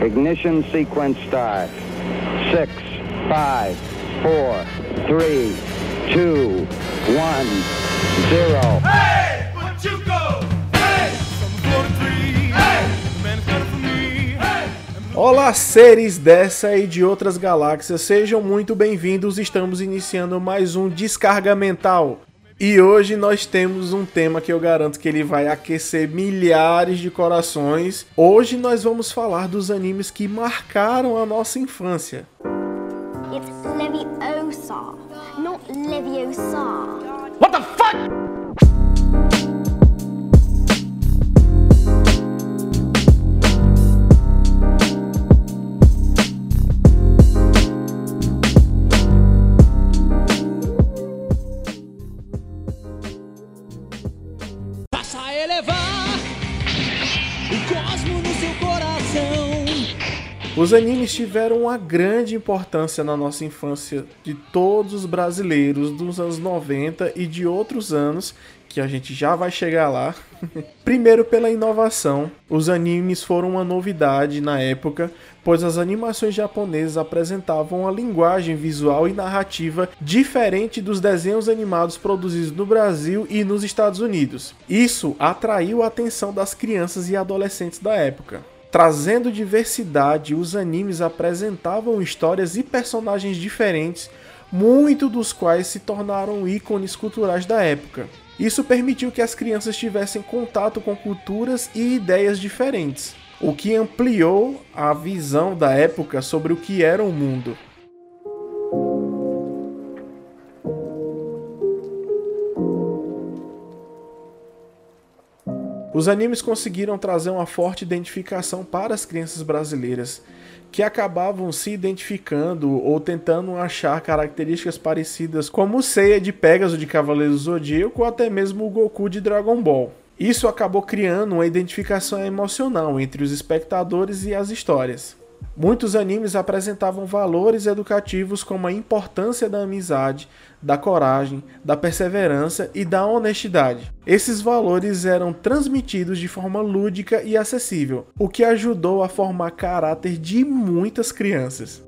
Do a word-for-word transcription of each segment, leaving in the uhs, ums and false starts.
Ignition sequence start. Six, five, four, three, two, one, zero. Hey, but you go. Hey, from three. Hey, the man is better for me. Hey. Olá, seres dessa e de outras galáxias, sejam muito bem-vindos. Estamos iniciando mais um Descarga Mental. E hoje nós temos um tema que eu garanto que ele vai aquecer milhares de corações. Hoje nós vamos falar dos animes que marcaram a nossa infância. It's Leviosa, not Leviosa. What the fuck? Os animes tiveram uma grande importância na nossa infância de todos os brasileiros dos anos noventa e de outros anos, que a gente já vai chegar lá. Primeiro pela inovação, os animes foram uma novidade na época, pois as animações japonesas apresentavam uma linguagem visual e narrativa diferente dos desenhos animados produzidos no Brasil e nos Estados Unidos. Isso atraiu a atenção das crianças e adolescentes da época. Trazendo diversidade, os animes apresentavam histórias e personagens diferentes, muitos dos quais se tornaram ícones culturais da época. Isso permitiu que as crianças tivessem contato com culturas e ideias diferentes, o que ampliou a visão da época sobre o que era o mundo. Os animes conseguiram trazer uma forte identificação para as crianças brasileiras, que acabavam se identificando ou tentando achar características parecidas como o Seiya de Pegasus de Cavaleiro do Zodíaco ou até mesmo o Goku de Dragon Ball. Isso acabou criando uma identificação emocional entre os espectadores e as histórias. Muitos animes apresentavam valores educativos como a importância da amizade, da coragem, da perseverança e da honestidade. Esses valores eram transmitidos de forma lúdica e acessível, o que ajudou a formar caráter de muitas crianças.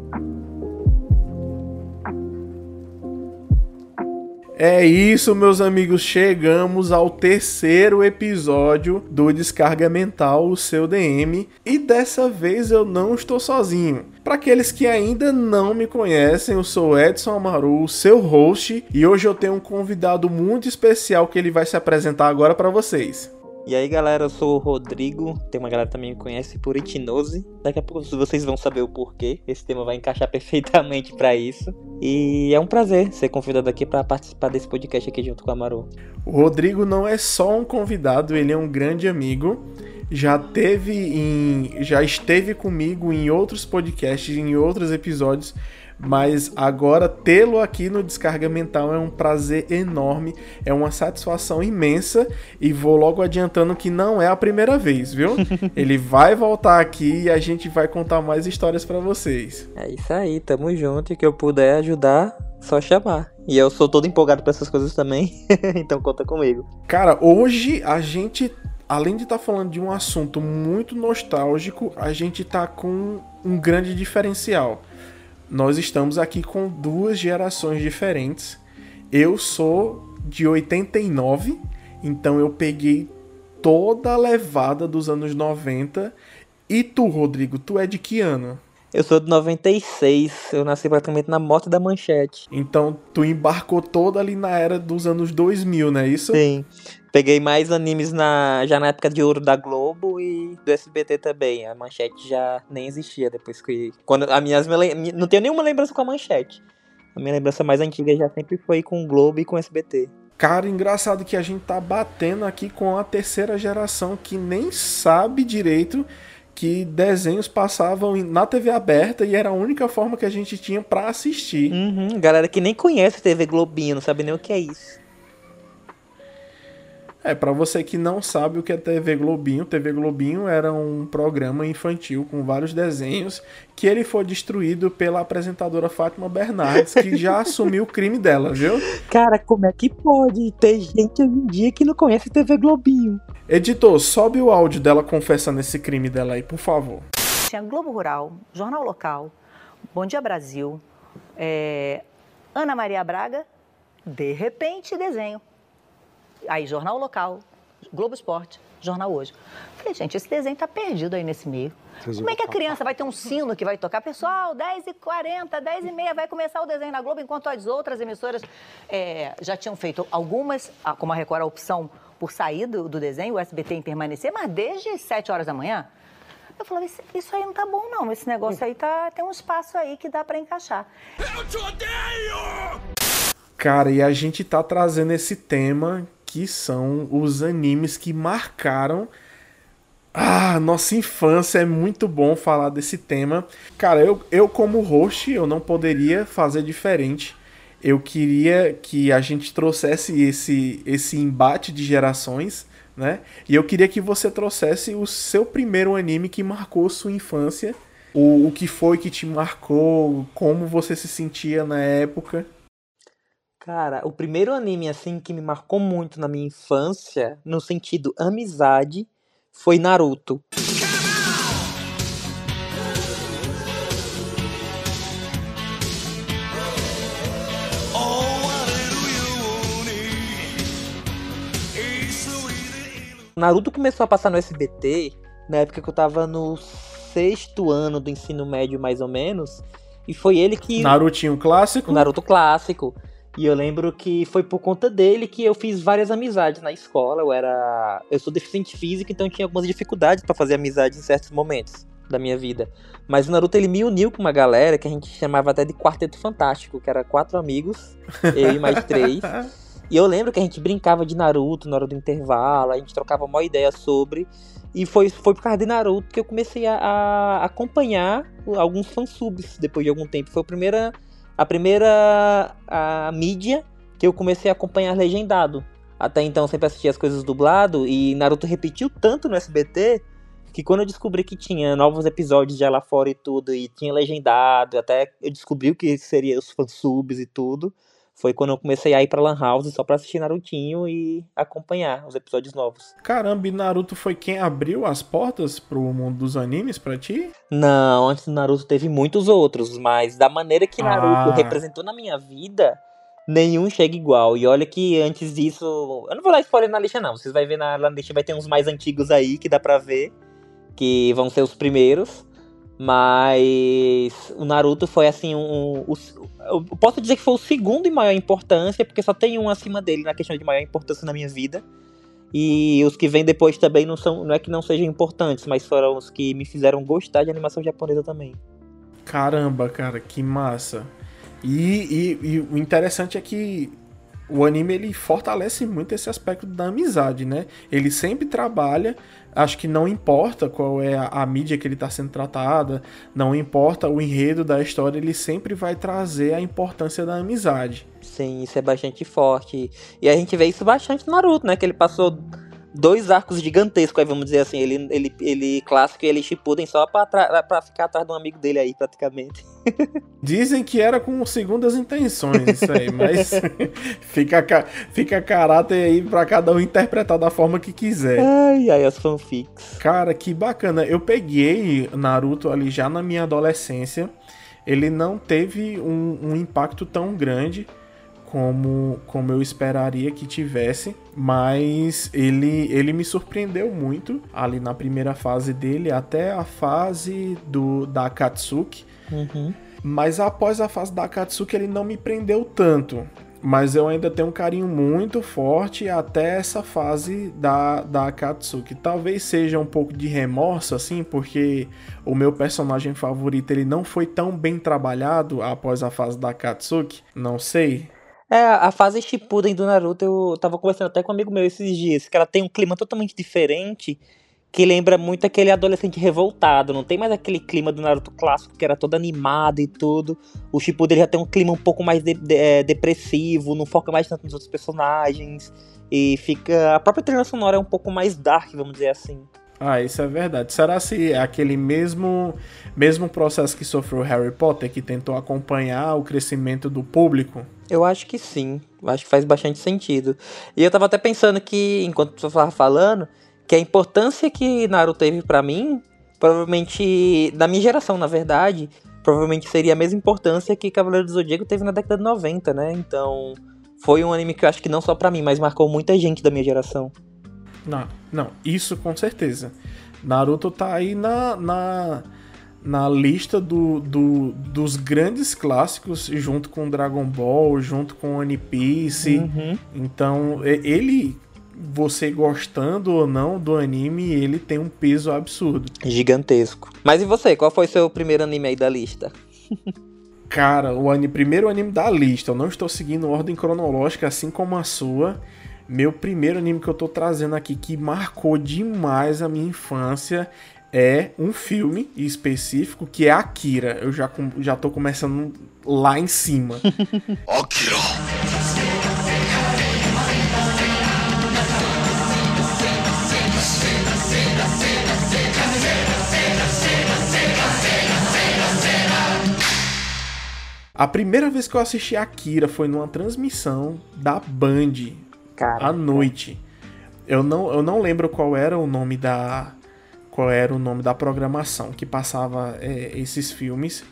É isso, meus amigos, chegamos ao terceiro episódio do Descarga Mental, o seu D M, e dessa vez eu não estou sozinho. Para aqueles que ainda não me conhecem, eu sou Edson Amaru, seu host, e hoje eu tenho um convidado muito especial que ele vai se apresentar agora para vocês. E aí galera, eu sou o Rodrigo, tem uma galera que também me conhece por Itinose. Daqui a pouco vocês vão saber o porquê, esse tema vai encaixar perfeitamente pra isso. E é um prazer ser convidado aqui pra participar desse podcast aqui junto com o Amaru. O Rodrigo não é só um convidado, ele é um grande amigo. Já teve em, já esteve comigo em outros podcasts, em outros episódios, mas agora tê-lo aqui no Descarga Mental é um prazer enorme, é uma satisfação imensa e vou logo adiantando que não é a primeira vez, viu? Ele vai voltar aqui e a gente vai contar mais histórias pra vocês. É isso aí, tamo junto, e que eu puder ajudar, só chamar. E eu sou todo empolgado pra essas coisas também, então conta comigo. Cara, hoje a gente, além de estar tá falando de um assunto muito nostálgico, a gente tá com um grande diferencial. Nós estamos aqui com duas gerações diferentes. Eu sou de oitenta e nove, então eu peguei toda a levada dos anos noventa. E tu, Rodrigo, tu é de que ano? Eu sou de noventa e seis, eu nasci praticamente na morte da Manchete. Então tu embarcou toda ali na era dos anos dois mil, não é isso? Sim. Peguei mais animes na, já na época de ouro da Globo e do S B T também. A Manchete já nem existia depois que... Quando, a minhas, não tenho nenhuma lembrança com a Manchete. A minha lembrança mais antiga já sempre foi com o Globo e com o S B T. Cara, engraçado que a gente tá batendo aqui com a terceira geração que nem sabe direito que desenhos passavam na T V aberta e era a única forma que a gente tinha pra assistir. Uhum, galera que nem conhece T V Globinho, não sabe nem o que é isso. É, pra você que não sabe o que é T V Globinho, T V Globinho era um programa infantil com vários desenhos que ele foi destruído pela apresentadora Fátima Bernardes, que já assumiu o crime dela, viu? Cara, como é que pode ter gente hoje em dia que não conhece T V Globinho? Editor, sobe o áudio dela confessando esse crime dela aí, por favor. tinha Globo Rural, Jornal Local, Bom Dia Brasil, é, Ana Maria Braga, de repente, desenho. Aí, Jornal Local, Globo Esporte, Jornal Hoje. Falei, gente, esse desenho tá perdido aí nesse meio. Como é que a criança vai ter um sino que vai tocar? Pessoal, dez e quarenta, dez e meia, vai começar o desenho na Globo, enquanto as outras emissoras é, já tinham feito algumas, como a Record, a opção por sair do, do desenho, o S B T em permanecer, mas desde sete horas da manhã. Eu falei, isso, isso aí não tá bom, não. Esse negócio aí tá, tem um espaço aí que dá pra encaixar. Eu te odeio! Cara, e a gente tá trazendo esse tema que são os animes que marcaram ah, nossa infância. É muito bom falar desse tema. Cara, eu, eu como host, eu não poderia fazer diferente. Eu queria que a gente trouxesse esse, esse embate de gerações, né? E eu queria que você trouxesse o seu primeiro anime que marcou sua infância. O, o que foi que te marcou, como você se sentia na época. Cara, o primeiro anime, assim, que me marcou muito na minha infância, no sentido amizade, foi Naruto. Naruto começou a passar no S B T na época que eu tava no sexto ano do ensino médio, mais ou menos, e foi ele que... Narutinho clássico? O Naruto clássico. E eu lembro que foi por conta dele que eu fiz várias amizades na escola. Eu era... Eu sou deficiente físico, então eu tinha algumas dificuldades pra fazer amizades em certos momentos da minha vida. Mas o Naruto, ele me uniu com uma galera que a gente chamava até de Quarteto Fantástico, que era quatro amigos, eu e mais três. E eu lembro que a gente brincava de Naruto na hora do intervalo, a gente trocava uma ideia sobre... E foi, foi por causa de Naruto que eu comecei a, a acompanhar alguns fansubs depois de algum tempo. Foi a primeira... A primeira a mídia que eu comecei a acompanhar legendado. Até então eu sempre assistia as coisas dublado, e Naruto repetiu tanto no S B T que quando eu descobri que tinha novos episódios já lá fora e tudo, e tinha legendado, até eu descobri o que seria os fansubs e tudo, foi quando eu comecei a ir pra Lan House só pra assistir Narutinho e acompanhar os episódios novos. Caramba, e Naruto foi quem abriu as portas pro mundo dos animes pra ti? Não, antes do Naruto teve muitos outros, mas da maneira que Naruto ah. representou na minha vida, nenhum chega igual. E olha que antes disso... Eu não vou dar spoiler na lista não, vocês vão ver na, na lista, vai ter uns mais antigos aí que dá pra ver, que vão ser os primeiros. Mas o Naruto foi assim, um, um, um, eu posso dizer que foi o segundo em maior importância, porque só tem um acima dele na questão de maior importância na minha vida. E os que vêm depois também não, são, não é que não sejam importantes, mas foram os que me fizeram gostar de animação japonesa também. Caramba, cara, que massa. E, e, e o interessante é que o anime, ele fortalece muito esse aspecto da amizade, né? Ele sempre trabalha, acho que não importa qual é a, a mídia que ele está sendo tratada, não importa o enredo da história, ele sempre vai trazer a importância da amizade. Sim, isso é bastante forte. E a gente vê isso bastante no Naruto, né? Que ele passou dois arcos gigantescos, aí vamos dizer assim, ele, ele, ele clássico e ele Shippuden só pra, pra ficar atrás de um amigo dele aí, praticamente. Dizem que era com segundas intenções isso aí, mas fica, fica caráter aí pra cada um interpretar da forma que quiser. Ai, ai, as fanfics. Cara, que bacana. Eu peguei Naruto ali já na minha adolescência. Ele não teve um, um impacto tão grande como, como eu esperaria que tivesse, mas ele, ele me surpreendeu muito ali na primeira fase dele, até a fase do, da Akatsuki. Uhum. Mas após a fase da Akatsuki ele não me prendeu tanto, mas eu ainda tenho um carinho muito forte até essa fase da, da Akatsuki. Talvez seja um pouco de remorso, assim, porque o meu personagem favorito ele não foi tão bem trabalhado após a fase da Akatsuki, não sei. É, a fase Shippuden do Naruto, eu tava conversando até com um amigo meu esses dias, que ela tem um clima totalmente diferente, que lembra muito aquele adolescente revoltado. Não tem mais aquele clima do Naruto clássico, que era todo animado e tudo. O Shippuden já tem um clima um pouco mais de, de, é, depressivo, não foca mais tanto nos outros personagens, e fica... A própria trilha sonora é um pouco mais dark, vamos dizer assim. Ah, isso é verdade. Será se é aquele mesmo, mesmo processo que sofreu Harry Potter, que tentou acompanhar o crescimento do público? Eu acho que sim. Eu acho que faz bastante sentido. E eu tava até pensando que, enquanto você tava falando, que a importância que Naruto teve pra mim provavelmente, da minha geração, na verdade, provavelmente seria a mesma importância que Cavaleiro do Zodíaco teve na década de noventa, né? Então, foi um anime que eu acho que não só pra mim, mas marcou muita gente da minha geração. Não, não, isso com certeza. Naruto tá aí na, na, na lista do, do, dos grandes clássicos, junto com Dragon Ball, junto com One Piece. Uhum. Então, ele, você gostando ou não do anime, ele tem um peso absurdo. Gigantesco. Mas e você, qual foi seu primeiro anime aí da lista? Cara, o anime, primeiro anime da lista, eu não estou seguindo ordem cronológica, assim como a sua. Meu primeiro anime que eu tô trazendo aqui, que marcou demais a minha infância, é um filme específico, que é Akira. Eu já, já tô começando lá em cima. Akira. A primeira vez que eu assisti Akira foi numa transmissão da Band, Caraca. à noite. Eu não, eu não lembro qual era o nome da qual era o nome da programação que passava é, esses filmes,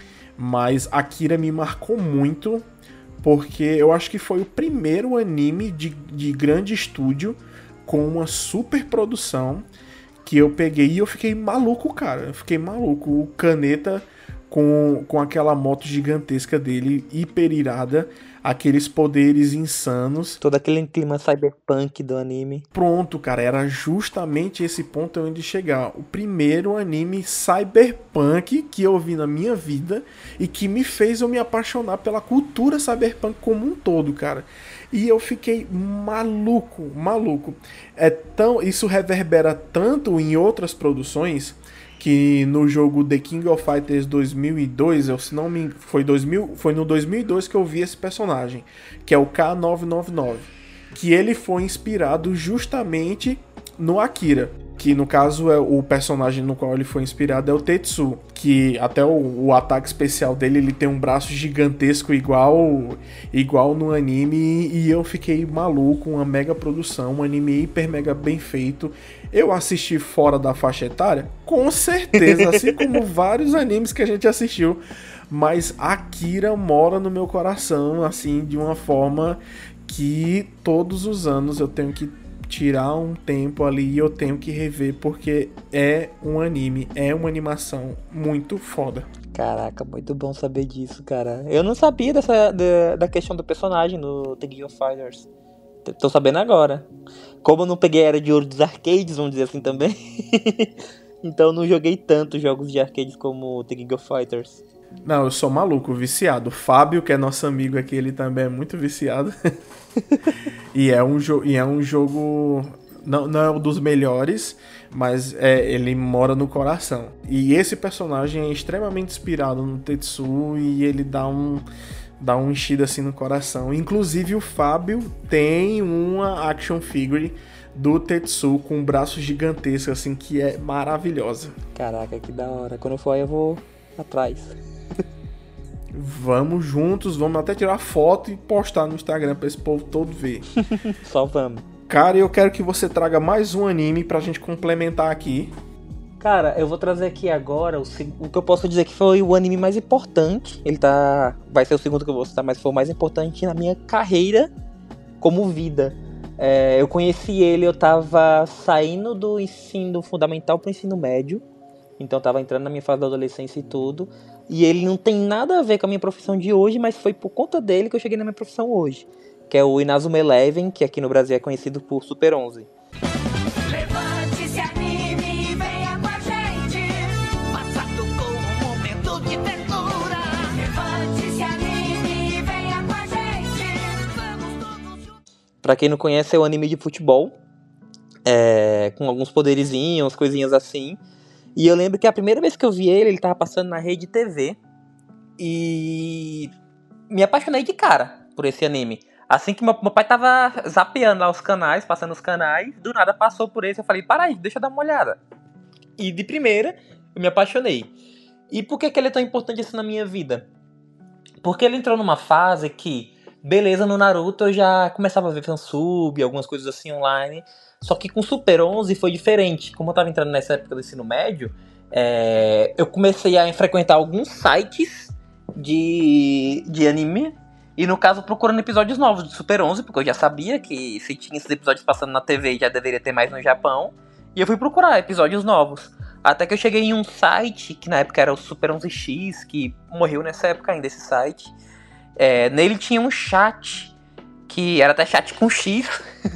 mas Akira me marcou muito porque eu acho que foi o primeiro anime de, de grande estúdio com uma super produção que eu peguei e eu fiquei maluco, cara. Eu fiquei maluco. O Kaneta com, com aquela moto gigantesca dele, hiper irada, aqueles poderes insanos. Todo aquele clima cyberpunk do anime. Pronto, cara, era justamente esse ponto onde chegar. O primeiro anime cyberpunk que eu vi na minha vida e que me fez eu me apaixonar pela cultura cyberpunk como um todo, cara. E eu fiquei maluco, maluco. É tão, isso reverbera tanto em outras produções que no jogo The King of Fighters dois mil e dois, eu, se não me foi, dois mil, foi no dois mil e dois que eu vi esse personagem, que é o K novecentos e noventa e nove, que ele foi inspirado justamente no Akira, que no caso é o personagem no qual ele foi inspirado é o Tetsu, que até o, o ataque especial dele, ele tem um braço gigantesco igual igual no anime, e eu fiquei maluco, uma mega produção, um anime hiper mega bem feito. Eu assisti fora da faixa etária? Com certeza, assim como vários animes que a gente assistiu, mas Akira mora no meu coração, assim, de uma forma que todos os anos eu tenho que tirar um tempo ali e eu tenho que rever, porque é um anime, é uma animação muito foda. Caraca, muito bom saber disso, cara. Eu não sabia dessa, da, da questão do personagem no The King of Fighters. Tô sabendo agora. Como eu não peguei a era de ouro dos arcades, vamos dizer assim também. Então eu não joguei tanto jogos de arcades como The King of Fighters. Não, eu sou maluco, viciado. O Fábio, que é nosso amigo aqui, ele também é muito viciado. e, é um jo- e é um jogo... Não, não é um dos melhores, mas é, ele mora no coração. E esse personagem é extremamente inspirado no Tetsu e ele dá um... dá um enchido assim no coração. Inclusive o Fábio tem uma action figure do Tetsu com um braço gigantesco, assim, que é maravilhosa. Caraca, que da hora. Quando eu for aí eu vou atrás. Vamos juntos, vamos até tirar foto e postar no Instagram pra esse povo todo ver. Só vamos. Cara, eu quero que você traga mais um anime pra gente complementar aqui. Cara, eu vou trazer aqui agora o, o que eu posso dizer que foi o anime mais importante. Ele tá... vai ser o segundo que eu vou citar, mas foi o mais importante na minha carreira como vida. É, eu conheci ele, eu tava saindo do ensino fundamental pro ensino médio. Então eu tava entrando na minha fase da adolescência e tudo. E ele não tem nada a ver com a minha profissão de hoje, mas foi por conta dele que eu cheguei na minha profissão hoje. Que é o Inazuma Eleven, que aqui no Brasil é conhecido por Super onze. Levante-se, anime e venha com a gente. Passado com um momento de ternura. Levante-se, anime e venha com a gente. Vamos todos juntos. Pra quem não conhece, é um anime de futebol. É, com alguns poderizinhos, coisinhas assim. E eu lembro que a primeira vez que eu vi ele, ele tava passando na Rede T V. E me apaixonei de cara por esse anime. Assim que meu, meu pai tava zapeando lá os canais, passando os canais, do nada passou por esse, eu falei, para aí, deixa eu dar uma olhada. E de primeira, eu me apaixonei. E por que que ele é tão importante assim na minha vida? Porque ele entrou numa fase que, beleza, no Naruto eu já começava a ver fansub, algumas coisas assim online. Só que com Super onze foi diferente. Como eu tava entrando nessa época do ensino médio, é, eu comecei a frequentar alguns sites de, de anime. E no caso, procurando episódios novos de Super onze, porque eu já sabia que se tinha esses episódios passando na T V, já deveria ter mais no Japão. E eu fui procurar episódios novos. Até que eu cheguei em um site, que na época era o Super onze X, que morreu nessa época ainda, esse site. É, nele tinha um chat, que era até chat com X,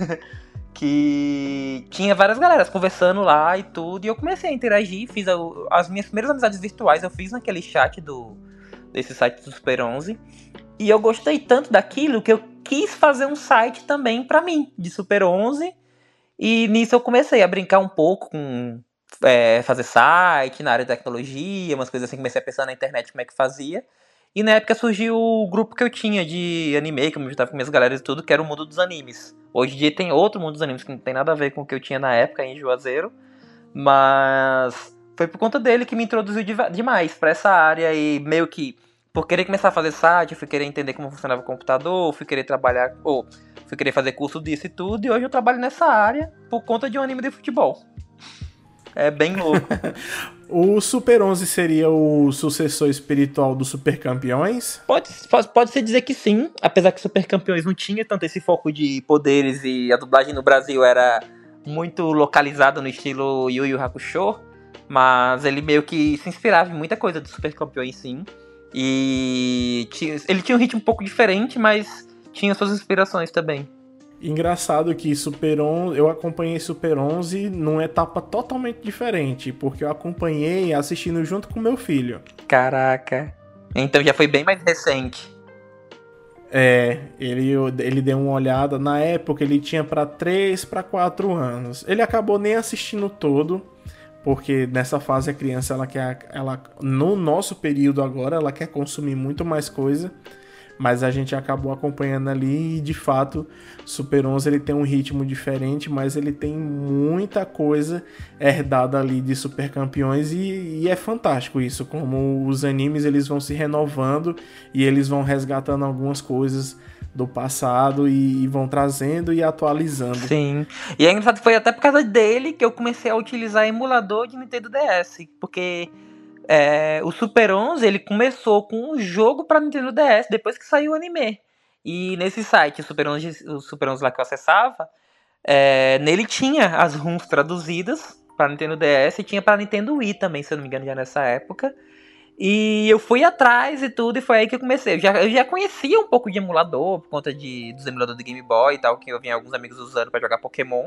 que tinha várias galeras conversando lá e tudo. E eu comecei a interagir, fiz a, as minhas primeiras amizades virtuais, eu fiz naquele chat do, desse site do Super onze. E eu gostei tanto daquilo que eu quis fazer um site também pra mim, de Super onze. E nisso eu comecei a brincar um pouco com é, fazer site na área de tecnologia, umas coisas assim. Comecei a pensar na internet como é que fazia. E na época surgiu o grupo que eu tinha de anime, que eu me juntava com minhas galeras e tudo, que era o Mundo dos Animes. Hoje em dia tem outro Mundo dos Animes que não tem nada a ver com o que eu tinha na época em Juazeiro. Mas foi por conta dele que me introduziu demais pra essa área e meio que... Por querer começar a fazer site, fui querer entender como funcionava o computador, fui querer trabalhar, ou fui querer fazer curso disso e tudo, e hoje eu trabalho nessa área por conta de um anime de futebol. É bem louco. O Super onze seria o sucessor espiritual do Super Campeões? Pode, pode, pode se dizer que sim, apesar que Super Campeões não tinha tanto esse foco de poderes e a dublagem no Brasil era muito localizada no estilo Yu Yu Hakusho, mas ele meio que se inspirava em muita coisa do Super Campeões, sim. E tinha, ele tinha um ritmo um pouco diferente, mas tinha suas inspirações também. Engraçado que Super onze, eu acompanhei Super onze numa etapa totalmente diferente, porque eu acompanhei assistindo junto com meu filho. Caraca, então já foi bem mais recente. É, ele, ele deu uma olhada, na época ele tinha para três para quatro anos. Ele acabou nem assistindo todo, porque nessa fase a criança, ela quer, ela, no nosso período agora, ela quer consumir muito mais coisa, mas a gente acabou acompanhando ali e, de fato, Super onze ele tem um ritmo diferente, mas ele tem muita coisa herdada ali de Super Campeões e, e é fantástico isso, como os animes eles vão se renovando e eles vão resgatando algumas coisas do passado e, e vão trazendo e atualizando. Sim, e é engraçado, foi até por causa dele que eu comecei a utilizar emulador de Nintendo D S, porque é, o Super onze ele começou com um jogo para Nintendo D S depois que saiu o anime. E nesse site, o Super onze, o Super onze lá que eu acessava, é, nele tinha as ROMs traduzidas para Nintendo D S e tinha para Nintendo Wii também, se eu não me engano, já nessa época. E eu fui atrás e tudo, e foi aí que eu comecei. Eu já, eu já conhecia um pouco de emulador, por conta de, dos emuladores do Game Boy e tal, que eu vi alguns amigos usando pra jogar Pokémon.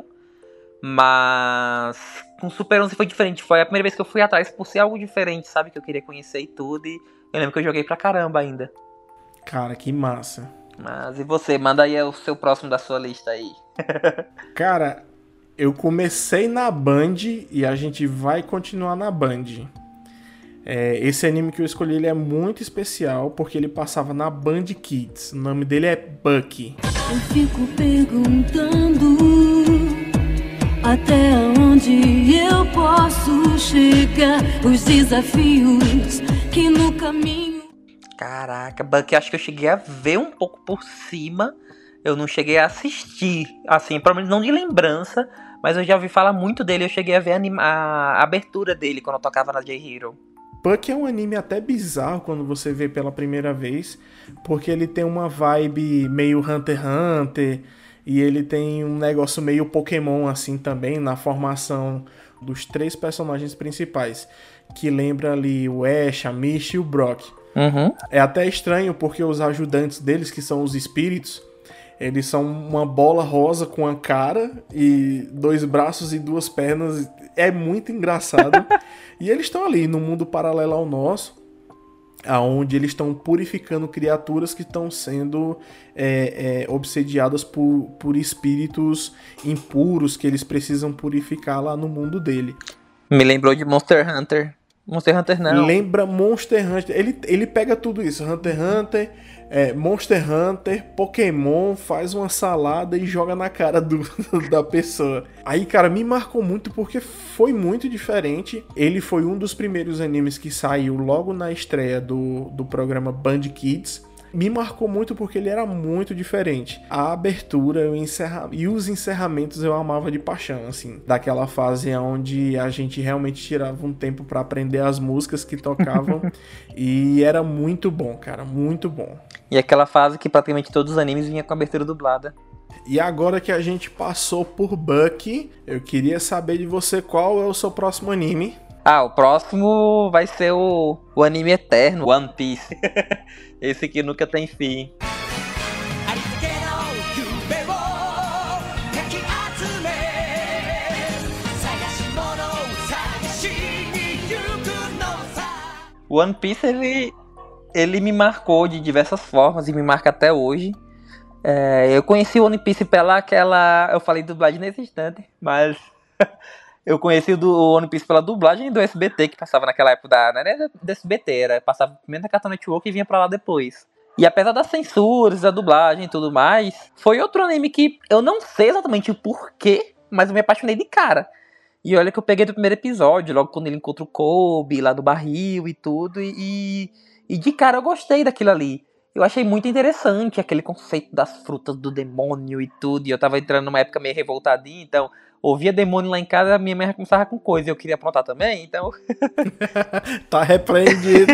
Mas com Super onze foi diferente. Foi a primeira vez que eu fui atrás por ser algo diferente, sabe? Que eu queria conhecer e tudo. E eu lembro que eu joguei pra caramba ainda. Cara, que massa. Mas e você? Manda aí o seu próximo da sua lista aí. Cara, eu comecei na Band e a gente vai continuar na Band. É, esse anime que eu escolhi ele é muito especial porque ele passava na Band Kids. O nome dele é Bucky. Eu fico perguntando até onde eu posso chegar, os desafios que no caminho... Caraca, Bucky, acho que eu cheguei a ver um pouco por cima. Eu não cheguei a assistir, assim, pelo menos não de lembrança, mas eu já ouvi falar muito dele. Eu cheguei a ver a, anima- a abertura dele quando eu tocava na J-Hero. Bucky é um anime até bizarro quando você vê pela primeira vez, porque ele tem uma vibe meio Hunter x Hunter, e ele tem um negócio meio Pokémon assim também, na formação dos três personagens principais, que lembra ali o Ash, a Misty e o Brock. Uhum. É até estranho porque os ajudantes deles, que são os espíritos, eles são uma bola rosa com a cara e dois braços e duas pernas. É muito engraçado. E eles estão ali no mundo paralelo ao nosso, aonde eles estão purificando criaturas que estão sendo é, é, obsediadas por, por espíritos impuros que eles precisam purificar lá no mundo dele. Me lembrou de Monster Hunter. Monster Hunter não. Lembra Monster Hunter. Ele, ele pega tudo isso. Hunter x Hunter, é, Monster Hunter, Pokémon, faz uma salada e joga na cara do, da pessoa. Aí, cara, me marcou muito porque foi muito diferente. Ele foi um dos primeiros animes que saiu logo na estreia do, do programa Band Kids. me marcou muito porque ele era muito diferente. A abertura o encerra... e os encerramentos eu amava de paixão, assim. Daquela fase onde a gente realmente tirava um tempo pra aprender as músicas que tocavam. E era muito bom, cara, muito bom. E aquela fase que praticamente todos os animes vinham com a abertura dublada. E agora que a gente passou por Bucky, eu queria saber de você qual é o seu próximo anime. Ah, o próximo vai ser o, o anime eterno, One Piece. Esse que nunca tem fim. ありつけの夢をかき集め探し物を探しに行くのさ O One Piece, ele, ele me marcou de diversas formas e me marca até hoje. É, eu conheci o One Piece pela aquela... Eu falei dublagem nesse instante, mas... eu conheci o do One Piece pela dublagem do S B T, que passava naquela época da... Não era do S B T, era, passava primeiro na Cartoon Network e vinha pra lá depois. E apesar das censuras, da dublagem e tudo mais, foi outro anime que eu não sei exatamente o porquê, mas eu me apaixonei de cara. E olha que eu peguei do primeiro episódio, logo quando ele encontra o Kobe lá do barril e tudo, e, e de cara eu gostei daquilo ali. Eu achei muito interessante aquele conceito das frutas do demônio e tudo. E eu tava entrando numa época meio revoltadinha, então ouvia demônio lá em casa, a minha mãe começava com coisa. Eu queria aprontar também, então... Tá repreendido.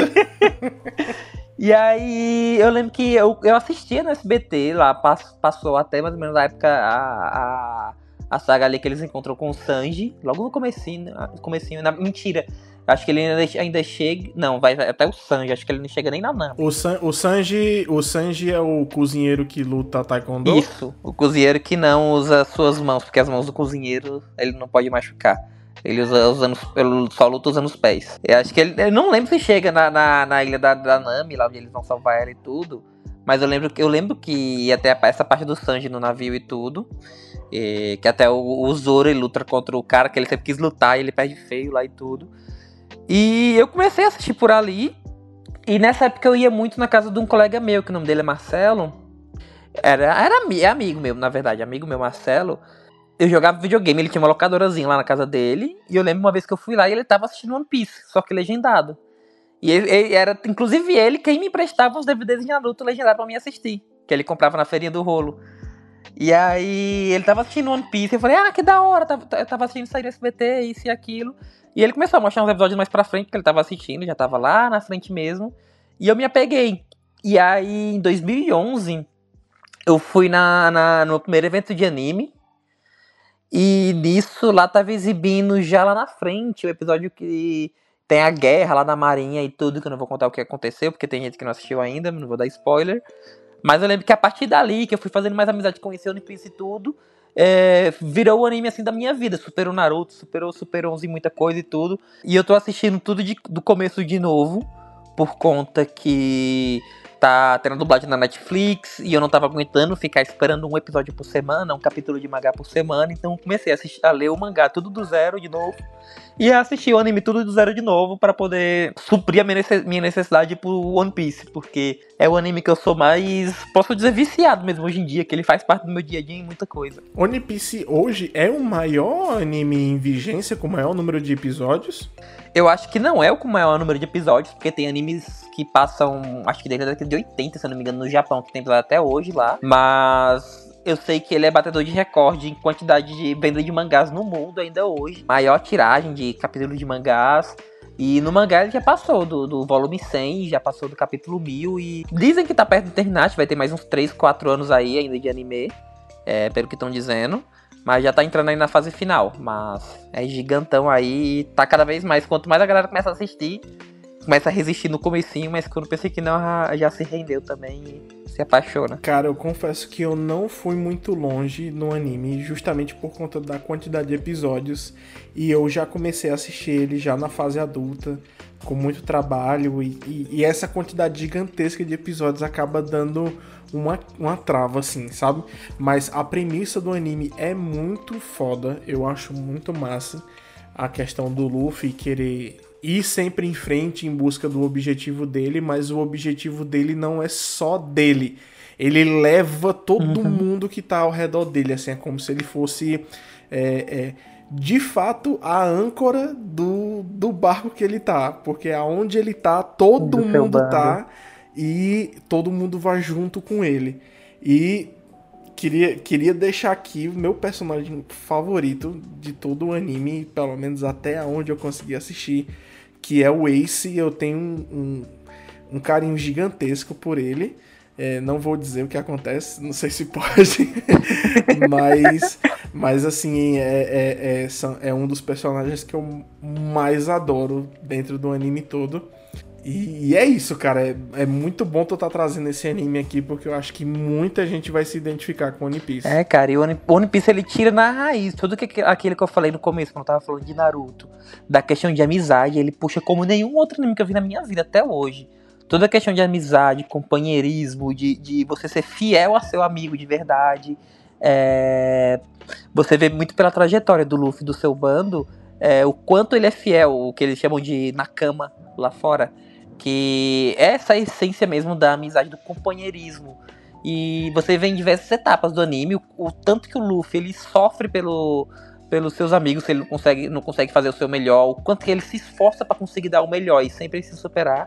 E aí eu lembro que eu, eu assistia no S B T lá, pass, passou até mais ou menos na época a, a, a saga ali que eles encontram com o Sanji. Logo no comecinho, no comecinho na, mentira. Acho que ele ainda, ainda chega... Não, vai até o Sanji. Acho que ele não chega nem na Nami. O, San, o, Sanji, o Sanji é o cozinheiro que luta taekwondo? Isso. O cozinheiro que não usa suas mãos. Porque as mãos do cozinheiro ele não pode machucar. Ele, usa, usando, ele só luta usando os pés. Eu acho que ele... Eu não lembro se chega na, na, na ilha da, da Nami, lá onde eles vão salvar ela e tudo. Mas eu lembro, eu lembro que ia até essa parte do Sanji no navio e tudo. E, que até o, o Zoro ele luta contra o cara que ele sempre quis lutar e ele perde feio lá e tudo. E eu comecei a assistir por ali. E nessa época eu ia muito na casa de um colega meu, que o nome dele é Marcelo. Era, era é amigo meu, na verdade, amigo meu, Marcelo. Eu jogava videogame, ele tinha uma locadorazinha lá na casa dele. E eu lembro uma vez que eu fui lá e ele tava assistindo One Piece, só que legendado. E ele, ele era, inclusive ele, quem me emprestava os D V Ds de Naruto legendado pra mim assistir. Que ele comprava na feirinha do rolo. E aí ele tava assistindo One Piece, eu falei, ah, que da hora, eu tava assistindo sair do S B T, isso e aquilo. E ele começou a mostrar uns episódios mais pra frente, que ele tava assistindo, já tava lá na frente mesmo. E eu me apeguei. E aí, em dois mil e onze, eu fui na, na, no primeiro evento de anime. E nisso, lá tava exibindo já lá na frente o episódio que tem a guerra lá na marinha e tudo, que eu não vou contar o que aconteceu, porque tem gente que não assistiu ainda, não vou dar spoiler. Mas eu lembro que a partir dali, que eu fui fazendo mais amizade com esse One Piece e tudo... É, virou o anime assim da minha vida. Superou Naruto, superou Super onze, muita coisa e tudo. E eu tô assistindo tudo de, do começo de novo, por conta que tá tendo dublagem na Netflix e eu não tava aguentando ficar esperando um episódio por semana, um capítulo de mangá por semana. Então comecei a, assistir, a ler o mangá tudo do zero de novo e a assistir o anime tudo do zero de novo para poder suprir a minha necessidade por One Piece, porque é o anime que eu sou mais, posso dizer, viciado mesmo hoje em dia, que ele faz parte do meu dia a dia em muita coisa. One Piece hoje é o maior anime em vigência com o maior número de episódios? Eu acho que não é o com o maior número de episódios, porque tem animes que passam, acho que desde a década de oitenta, se eu não me engano, no Japão, que tem episódio até hoje lá. Mas eu sei que ele é batedor de recorde em quantidade de venda de mangás no mundo ainda hoje. Maior tiragem de capítulos de mangás. E no mangá ele já passou do, do volume cem, já passou do capítulo mil. E dizem que tá perto de terminar, acho que vai ter mais uns três, quatro anos aí ainda de anime, é, pelo que estão dizendo. Mas já tá entrando aí na fase final. Mas é gigantão aí e tá cada vez mais. Quanto mais a galera começa a assistir, começa a resistir no comecinho, mas quando pensei que não, já se rendeu também e se apaixona. Cara, eu confesso que eu não fui muito longe no anime, justamente por conta da quantidade de episódios. E eu já comecei a assistir ele já na fase adulta, com muito trabalho. E, e, e essa quantidade gigantesca de episódios acaba dando uma, uma trava, assim, sabe? Mas a premissa do anime é muito foda, eu acho muito massa. A questão do Luffy querer ir sempre em frente em busca do objetivo dele, mas o objetivo dele não é só dele. Ele leva todo uhum. mundo que tá ao redor dele, assim, é como se ele fosse, é, é, de fato, a âncora do, do barco que ele tá, porque aonde ele tá, todo do mundo tá, e todo mundo vai junto com ele. E queria, queria deixar aqui o meu personagem favorito de todo o anime, pelo menos até onde eu consegui assistir, que é o Ace. Eu tenho um, um, um carinho gigantesco por ele. É, não vou dizer o que acontece, não sei se pode, mas, mas assim, é, é, é, são, é um dos personagens que eu mais adoro dentro do anime todo. E, e é isso, cara, é, é muito bom tu estar trazendo esse anime aqui, porque eu acho que muita gente vai se identificar com One Piece. É, cara, e o One, One Piece ele tira na raiz tudo que, aquilo que eu falei no começo, quando eu tava falando de Naruto, da questão de amizade, ele puxa como nenhum outro anime que eu vi na minha vida até hoje. Toda a questão de amizade, companheirismo, de, de você ser fiel a seu amigo de verdade. É, você vê muito pela trajetória do Luffy, do seu bando, é, o quanto ele é fiel, o que eles chamam de nakama lá fora. Que é essa essência mesmo da amizade, do companheirismo. E você vê em diversas etapas do anime o, o tanto que o Luffy ele sofre pelo, pelos seus amigos, se ele não consegue, não consegue fazer o seu melhor, o quanto que ele se esforça para conseguir dar o melhor e sempre se superar.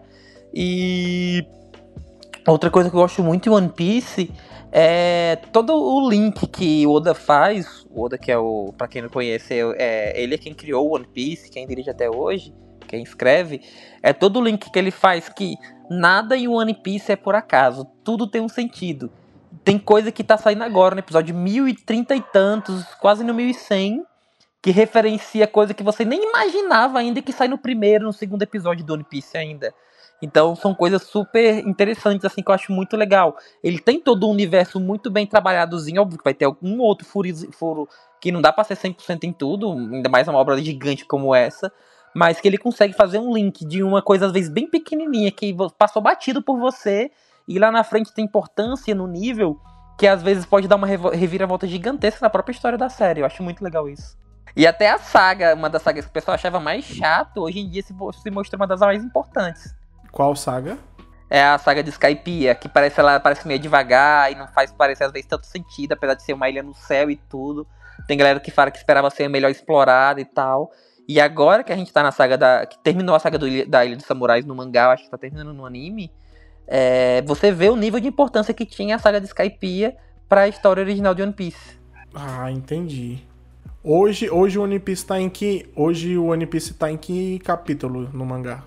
E outra coisa que eu gosto muito em One Piece é todo o link que o Oda faz. O Oda, que é o, pra quem não conhece, é, ele é quem criou o One Piece, quem dirige até hoje, quem escreve. É todo o link que ele faz que nada em One Piece é por acaso, tudo tem um sentido. Tem coisa que tá saindo agora no episódio mil e trinta e tantos, quase no mil e cem, que referencia coisa que você nem imaginava ainda que sai no primeiro, no segundo episódio do One Piece ainda. Então são coisas super interessantes, assim, que eu acho muito legal. Ele tem todo um universo muito bem trabalhadozinho, óbvio que vai ter algum outro furo, furo que não dá pra ser cem por cento em tudo, ainda mais uma obra gigante como essa, mas que ele consegue fazer um link de uma coisa, às vezes, bem pequenininha, que passou batido por você, e lá na frente tem importância no nível, que às vezes pode dar uma reviravolta gigantesca na própria história da série. Eu acho muito legal isso. E até a saga, uma das sagas que o pessoal achava mais chato, hoje em dia se, se mostrou uma das mais importantes. Qual saga? É a saga de Skypiea, que parece, ela parece meio devagar e não faz parecer às vezes tanto sentido, apesar de ser uma ilha no céu e tudo. Tem galera que fala que esperava ser melhor explorada e tal. E agora que a gente tá na saga da... que terminou a saga do, da Ilha dos Samurais no mangá, acho que tá terminando no anime, é, você vê o nível de importância que tinha a saga de Skypiea pra história original de One Piece. Ah, entendi. Hoje, hoje o One Piece tá em que... Hoje o One Piece tá em que capítulo no mangá?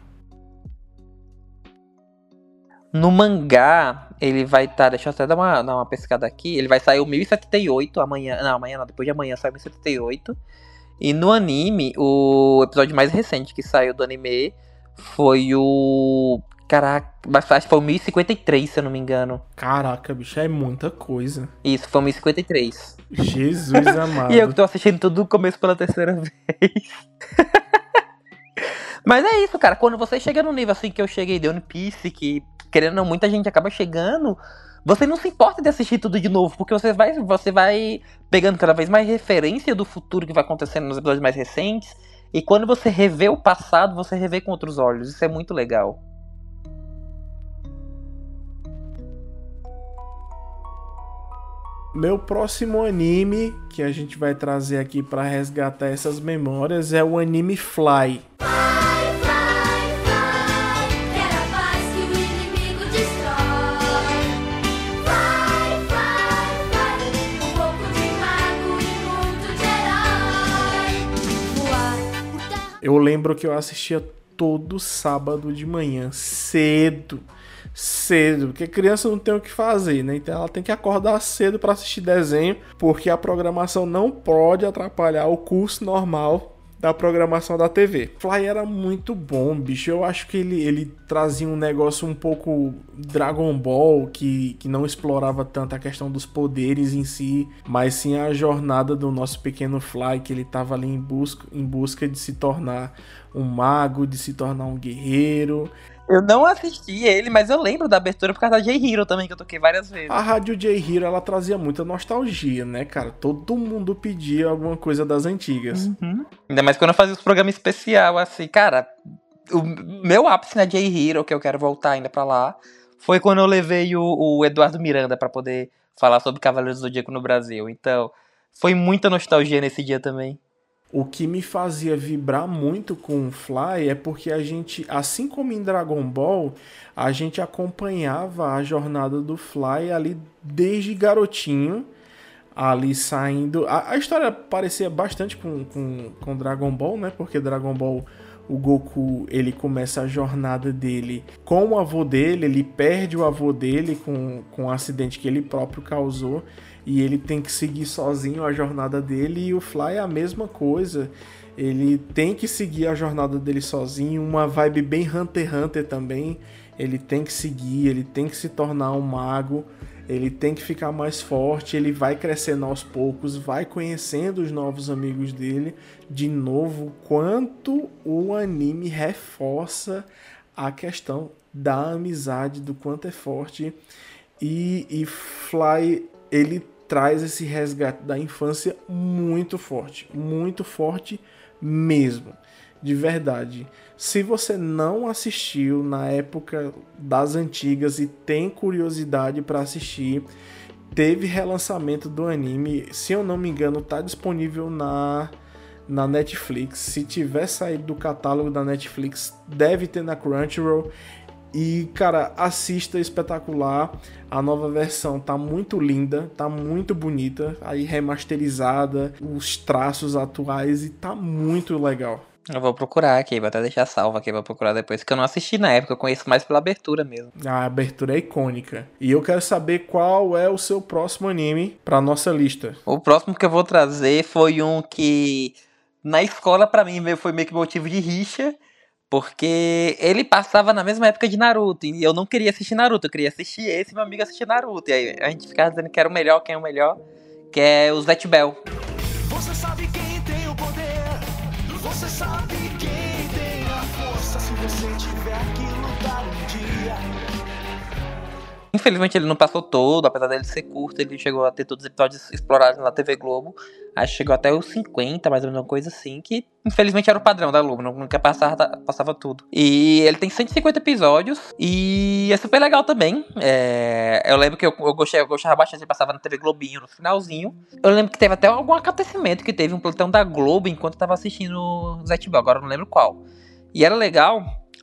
No mangá, ele vai estar... Tá, deixa eu até dar uma, dar uma pescada aqui. Ele vai sair o mil e setenta e oito amanhã. Não, amanhã não. Depois de amanhã sai o mil e setenta e oito. E no anime, o episódio mais recente que saiu do anime foi o... Caraca, acho que foi o mil e cinquenta e três, se eu não me engano. Caraca, bicho, é muita coisa. Isso, foi o mil e cinquenta e três. Jesus amado. E eu que tô assistindo tudo do começo pela terceira vez. Mas é isso, cara. Quando você chega no nível assim que eu cheguei de One Piece, que querendo ou não, muita gente acaba chegando, você não se importa de assistir tudo de novo, porque você vai, você vai pegando cada vez mais referência do futuro que vai acontecendo nos episódios mais recentes, e quando você revê o passado, você revê com outros olhos. Isso é muito legal. Meu próximo anime que a gente vai trazer aqui pra resgatar essas memórias é o anime Fly. Eu lembro que eu assistia todo sábado de manhã, cedo, cedo, porque criança não tem o que fazer, né? Então ela tem que acordar cedo para assistir desenho, porque a programação não pode atrapalhar o curso normal da programação da T V. Fly era muito bom, bicho. Eu acho que ele, ele trazia um negócio um pouco Dragon Ball, que, que não explorava tanto a questão dos poderes em si, mas sim a jornada do nosso pequeno Fly, que ele estava ali em busca, em busca de se tornar um mago, de se tornar um guerreiro. Eu não assisti ele, mas eu lembro da abertura por causa da J-Hero também, que eu toquei várias vezes. A Rádio J-Hero, ela trazia muita nostalgia, né, cara? Todo mundo pedia alguma coisa das antigas. Uhum. Ainda mais quando eu fazia os programas especiais, assim, cara, o meu ápice na J-Hero, que eu quero voltar ainda pra lá, foi quando eu levei o, o Eduardo Miranda pra poder falar sobre Cavaleiros do Zodíaco no Brasil. Então, foi muita nostalgia nesse dia também. o que me fazia vibrar muito com o Fly é porque a gente, assim como em Dragon Ball, a gente acompanhava a jornada do Fly ali desde garotinho, ali saindo... A, a história parecia bastante com, com, com Dragon Ball, né? Porque Dragon Ball, o Goku, ele começa a jornada dele com o avô dele, ele perde o avô dele com, com um acidente que ele próprio causou, e ele tem que seguir sozinho a jornada dele, e o Fly é a mesma coisa. Ele tem que seguir a jornada dele sozinho, uma vibe bem Hunter x Hunter também. Ele tem que seguir, ele tem que se tornar um mago, ele tem que ficar mais forte, ele vai crescendo aos poucos, vai conhecendo os novos amigos dele. De novo, quanto o anime reforça a questão da amizade, do quanto é forte. E, e Fly, ele traz esse resgate da infância muito forte, muito forte mesmo, de verdade. Se você não assistiu na época das antigas e tem curiosidade para assistir, teve relançamento do anime, se eu não me engano, tá disponível na, na Netflix. Se tiver saído do catálogo da Netflix, deve ter na Crunchyroll. E, cara, assista, espetacular. A nova versão tá muito linda, tá muito bonita, aí remasterizada, os traços atuais, e tá muito legal. Eu vou procurar aqui, vou até deixar salvo aqui pra procurar depois, que eu não assisti na época, eu conheço mais pela abertura mesmo. A abertura é icônica. E eu quero saber qual é o seu próximo anime pra nossa lista. O próximo que eu vou trazer foi um que na escola pra mim foi meio que motivo de rixa, porque ele passava na mesma época de Naruto, e eu não queria assistir Naruto, eu queria assistir esse e meu amigo assistir Naruto. E aí a gente ficava dizendo que era o melhor, quem é o melhor, que é o Zatch Bell. Você sabe quem tem o poder, você sabe quem tem a força, se você tiver que lutar um dia. Infelizmente ele não passou todo, apesar dele ser curto, ele chegou a ter todos os episódios explorados na T V Globo. Acho que chegou até os cinquenta, mais ou menos uma coisa assim, que infelizmente era o padrão da Globo, nunca passava, passava tudo. E ele tem cento e cinquenta episódios e é super legal também. É, eu lembro que eu, eu, gostei, eu gostava bastante, ele passava na T V Globinho no finalzinho. Eu lembro que teve até algum acontecimento, que teve um plantão da Globo enquanto eu tava assistindo o Zatch Bell, agora eu não lembro qual. E era legal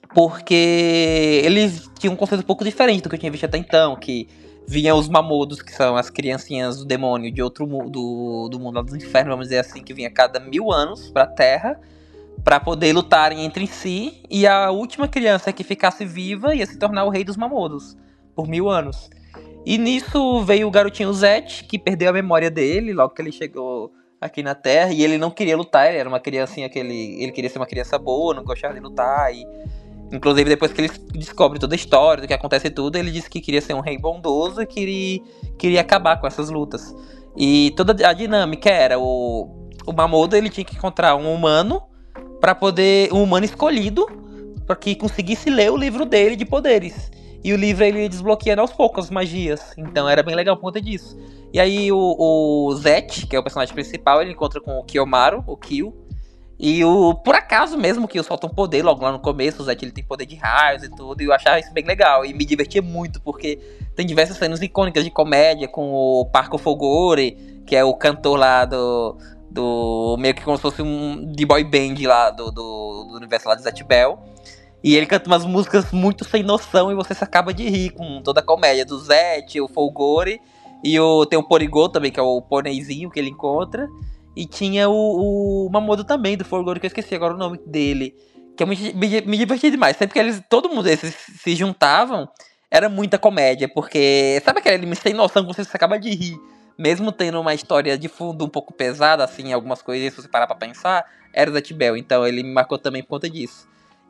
porque eles tinham um conceito um pouco diferente do que eu tinha visto até então, que vinham os mamodos, que são as criancinhas do demônio de outro mundo, do, do mundo dos infernos, vamos dizer assim, que vinha a cada mil anos pra Terra, pra poder lutarem entre si, e a última criança que ficasse viva ia se tornar o rei dos mamodos, por mil anos. E nisso veio o garotinho Zatch, que perdeu a memória dele logo que ele chegou aqui na Terra, e ele não queria lutar, ele era uma criancinha que ele, ele queria ser uma criança boa, não gostava de lutar, e inclusive depois que ele descobre toda a história, do que acontece e tudo, ele disse que queria ser um rei bondoso e queria, queria acabar com essas lutas. E toda a dinâmica era, o, o Mamodo, ele tinha que encontrar um humano, para poder, um humano escolhido, para que conseguisse ler o livro dele de poderes. E o livro ele ia desbloqueando aos poucos as magias, então era bem legal por conta disso. E aí o, o Zatch, que é o personagem principal, ele encontra com o Kiyomaru, o Kyo. E o, por acaso mesmo que o solta um poder logo lá no começo, o Zatch ele tem poder de raios e tudo, e eu achava isso bem legal, e me divertia muito, porque tem diversas cenas icônicas de comédia, com o Parco Fogore, que é o cantor lá do, do meio que como se fosse um de boy band lá do, do, do universo lá de Zatch Bell, e ele canta umas músicas muito sem noção, e você se acaba de rir com toda a comédia do Zatch, o Fogore, e o, tem o Porigo também, que é o pôneizinho que ele encontra. E tinha o, o Mamodo também, do Fogore, que eu esqueci agora o nome dele. Que eu me, me, me diverti demais. Sempre que eles, todo mundo esses se juntavam, era muita comédia. Porque, sabe aquele anime sem noção que você acaba de rir? Mesmo tendo uma história de fundo um pouco pesada, assim, algumas coisas, se você parar pra pensar, era o Zatch Bell. Então ele me marcou também por conta disso.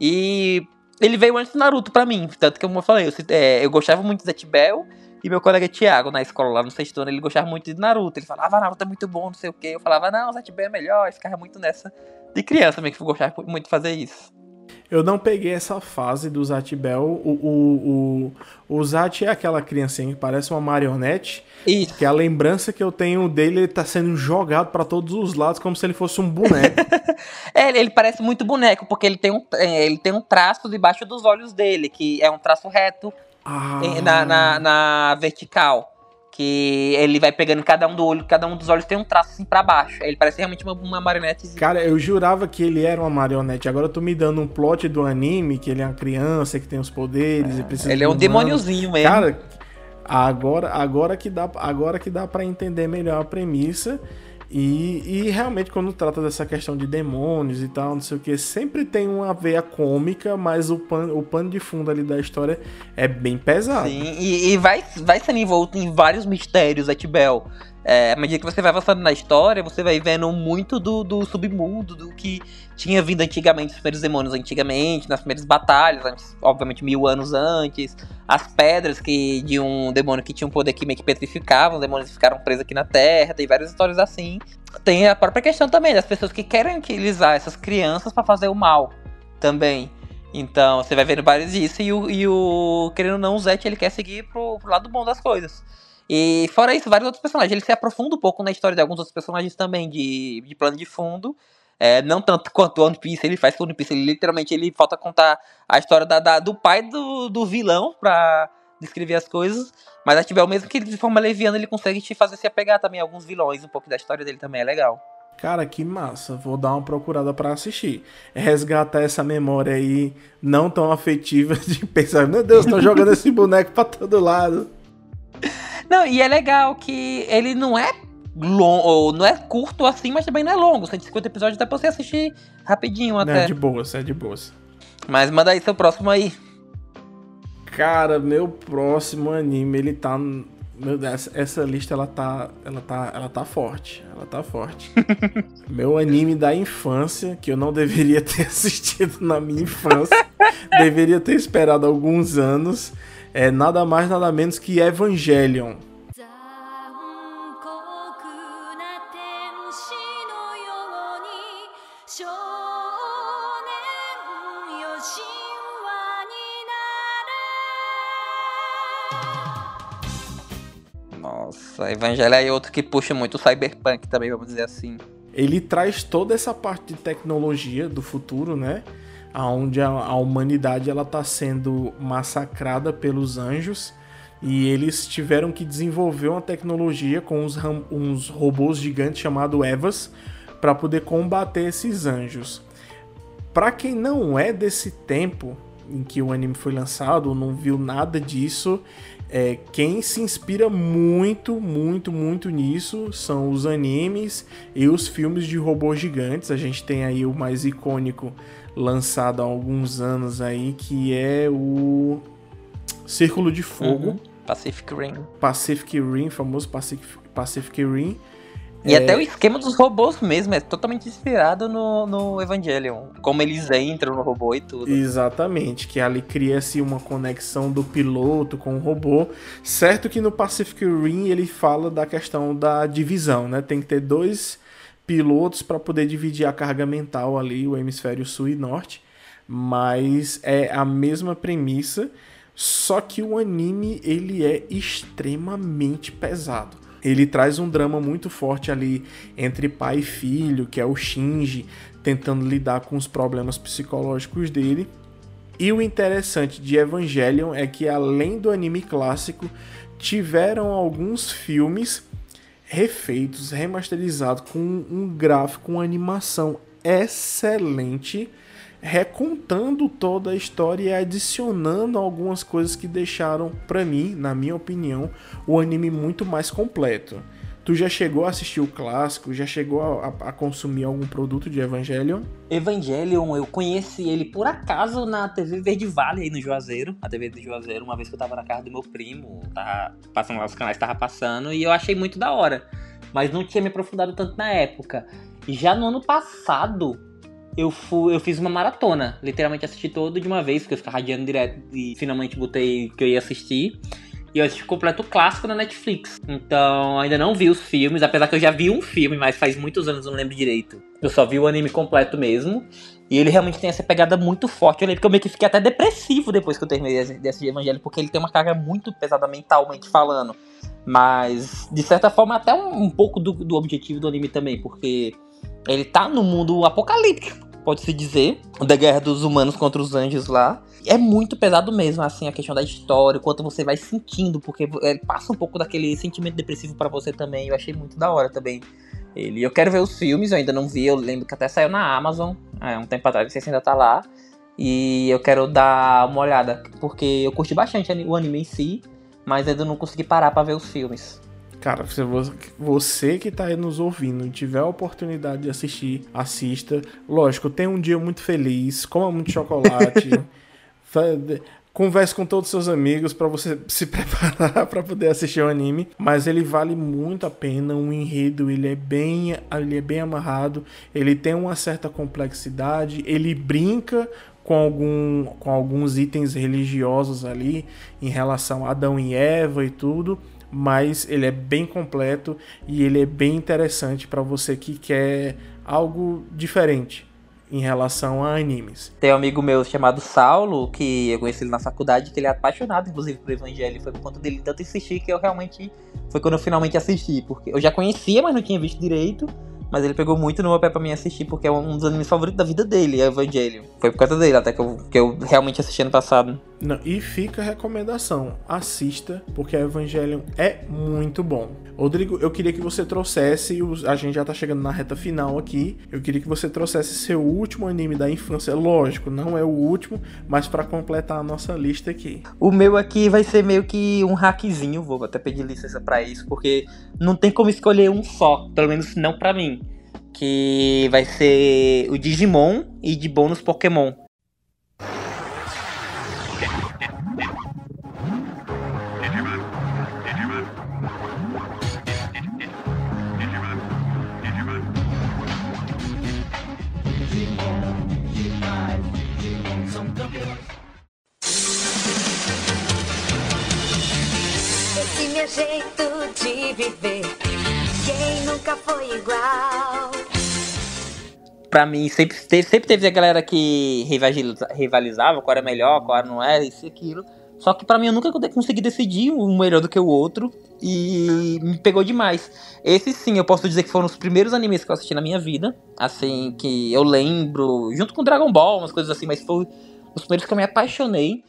E ele veio antes do Naruto pra mim. Tanto que, como eu falei, eu, é, eu gostava muito do Zatch Bell. E meu colega Thiago, na escola, lá no sexto ano, ele gostava muito de Naruto. Ele falava, Naruto é muito bom, não sei o quê. Eu falava, não, o Zatch Bell é melhor. E ficava muito nessa de criança mesmo, que eu gostava muito de fazer isso. Eu não peguei essa fase do Zatch Bell. O, o, o, o Zatch é aquela criancinha que parece uma marionete. Isso. Que a lembrança que eu tenho dele, ele tá sendo jogado pra todos os lados, como se ele fosse um boneco. É, ele parece muito boneco, porque ele tem, um, ele tem um traço debaixo dos olhos dele, que é um traço reto. Ah. Na, na, na vertical. Que ele vai pegando cada um do olho, cada um dos olhos tem um traço assim pra baixo. Aí ele parece realmente uma, uma marionete. Cara, eu jurava que ele era uma marionete. Agora tu me dando um plot do anime, que ele é uma criança, que tem os poderes e precisa. Ele é um de humanos. demôniozinho mesmo. Cara, agora, agora que dá, agora que dá para entender melhor a premissa. E, e realmente quando trata dessa questão de demônios e tal, não sei o que, sempre tem uma veia cômica, mas o pano, o pano de fundo ali da história é bem pesado. Sim, e, e vai, vai sendo envolto em vários mistérios, Etibel. É, à medida que você vai avançando na história, você vai vendo muito do, do submundo, do que tinha vindo antigamente, os primeiros demônios antigamente, nas primeiras batalhas, antes, obviamente mil anos antes, as pedras que, de um demônio que tinha um poder que meio que petrificava, os demônios ficaram presos aqui na Terra, tem várias histórias assim. Tem a própria questão também das pessoas que querem utilizar essas crianças pra fazer o mal também. Então, você vai vendo vários disso, e o, e o querendo ou não, o Zet, ele quer seguir pro, pro lado bom das coisas. E fora isso, vários outros personagens. Ele se aprofunda um pouco na história de alguns outros personagens também, de, de plano de fundo. É, não tanto quanto o One Piece ele faz com o One Piece. Ele literalmente ele falta contar a história da, da, do pai do, do vilão pra descrever as coisas. Mas a Tibel, mesmo que ele, de forma leviana, ele consegue te fazer se apegar também a alguns vilões. Um pouco da história dele também é legal. Cara, que massa. Vou dar uma procurada pra assistir. Resgatar essa memória aí não tão afetiva de pensar, meu Deus, tô jogando esse boneco pra todo lado. Não, e é legal que ele não é longo, não é curto assim, mas também não é longo. cento e cinquenta episódios dá pra você assistir rapidinho até. É de boas, é de boas. Mas manda aí seu próximo aí. Cara, meu próximo anime, ele tá... Meu Deus, essa lista, ela tá, ela tá, ela tá forte. Ela tá forte. Meu anime da infância, que eu não deveria ter assistido na minha infância. Deveria ter esperado alguns anos. É nada mais, nada menos que Evangelion. 残酷な天使のように少年よ神話になれ Nossa, Evangelho é outro que puxa muito o cyberpunk também, vamos dizer assim. Ele traz toda essa parte de tecnologia do futuro, né? Onde a, a humanidade ela tá sendo massacrada pelos anjos e eles tiveram que desenvolver uma tecnologia com uns, uns robôs gigantes chamados Evas para poder combater esses anjos. Para quem não é desse tempo em que o anime foi lançado ou não viu nada disso, é, quem se inspira muito, muito, muito nisso são os animes e os filmes de robôs gigantes. A gente tem aí o mais icônico lançado há alguns anos aí, que é o Círculo de Fogo. Uhum. Pacific Rim. Pacific Rim, famoso Pacific, Pacific Rim. E é... até o esquema dos robôs mesmo é totalmente inspirado no, no Evangelion. Como eles entram no robô e tudo. Exatamente, que ali cria-se uma conexão do piloto com o robô. Certo que no Pacific Rim ele fala da questão da divisão, né? Tem que ter dois pilotos para poder dividir a carga mental ali, o hemisfério sul e norte, mas é a mesma premissa, só que o anime ele é extremamente pesado. Ele traz um drama muito forte ali entre pai e filho, que é o Shinji tentando lidar com os problemas psicológicos dele. E o interessante de Evangelion é que, além do anime clássico, tiveram alguns filmes refeitos, remasterizados, com um gráfico, uma animação excelente, recontando toda a história e adicionando algumas coisas que deixaram, pra mim, na minha opinião, o anime muito mais completo. Tu já chegou a assistir o clássico? Já chegou a, a, a consumir algum produto de Evangelion? Evangelion, eu conheci ele por acaso na T V Verde Vale aí no Juazeiro. A T V de Juazeiro, uma vez que eu tava na casa do meu primo, tava passando lá os canais, tava passando, e eu achei muito da hora. Mas não tinha me aprofundado tanto na época. E já no ano passado, eu, fui, eu fiz uma maratona. Literalmente assisti todo de uma vez, porque eu ficava radiando direto e finalmente botei que eu ia assistir. E eu assisti completo clássico na Netflix. Então, ainda não vi os filmes, apesar que eu já vi um filme, mas faz muitos anos, eu não lembro direito. Eu só vi o anime completo mesmo. E ele realmente tem essa pegada muito forte. Eu lembro que eu meio que fiquei até depressivo depois que eu terminei de assistir Evangelho, porque ele tem uma carga muito pesada mentalmente falando. Mas, de certa forma, até um, um pouco do, do objetivo do anime também, porque ele tá no mundo apocalíptico. pode-se dizer, da guerra dos humanos contra os anjos lá. É muito pesado mesmo, assim, a questão da história, o quanto você vai sentindo, porque ele passa um pouco daquele sentimento depressivo pra você também. Eu achei muito da hora também ele. Eu quero ver os filmes, eu ainda não vi, eu lembro que até saiu na Amazon, é, um tempo atrás, não sei se ainda tá lá. E eu quero dar uma olhada, porque eu curti bastante o anime em si, mas ainda não consegui parar pra ver os filmes. Cara, se você que tá aí nos ouvindo e tiver a oportunidade de assistir, assista. Lógico, tenha um dia muito feliz, coma muito chocolate, converse com todos os seus amigos pra você se preparar pra poder assistir o anime. Mas ele vale muito a pena, o enredo ele é bem, ele é bem amarrado, ele tem uma certa complexidade, ele brinca com, algum, com alguns itens religiosos ali em relação a Adão e Eva e tudo. Mas ele é bem completo e ele é bem interessante para você que quer algo diferente em relação a animes. Tem um amigo meu chamado Saulo, que eu conheci ele na faculdade, que ele é apaixonado, inclusive, por Evangelho. Foi por conta dele tanto insistir que eu realmente... Foi quando eu finalmente assisti, porque eu já conhecia, mas não tinha visto direito. Mas ele pegou muito no meu pé pra mim assistir, porque é um dos animes favoritos da vida dele, é Evangelho. Foi por causa dele, até que eu, que eu realmente assisti ano passado. Não, e fica a recomendação, assista, porque Evangelion é muito bom. Rodrigo, eu queria que você trouxesse, a gente já tá chegando na reta final aqui, eu queria que você trouxesse seu último anime da infância, lógico, não é o último, mas pra completar a nossa lista aqui. O meu aqui vai ser meio que um hackzinho, vou até pedir licença pra isso, porque não tem como escolher um só, pelo menos não pra mim, que vai ser o Digimon e de bônus Pokémon. Esse meu jeito de viver, quem nunca foi igual? Pra mim, sempre teve, sempre teve a galera que rivaliza, rivalizava qual era melhor, qual não era, isso e aquilo. Só que pra mim eu nunca consegui decidir um melhor do que o outro. E me pegou demais. Esse sim, eu posso dizer que foram os primeiros animes que eu assisti na minha vida. Assim, que eu lembro, junto com Dragon Ball, umas coisas assim, mas foi os primeiros que eu me apaixonei.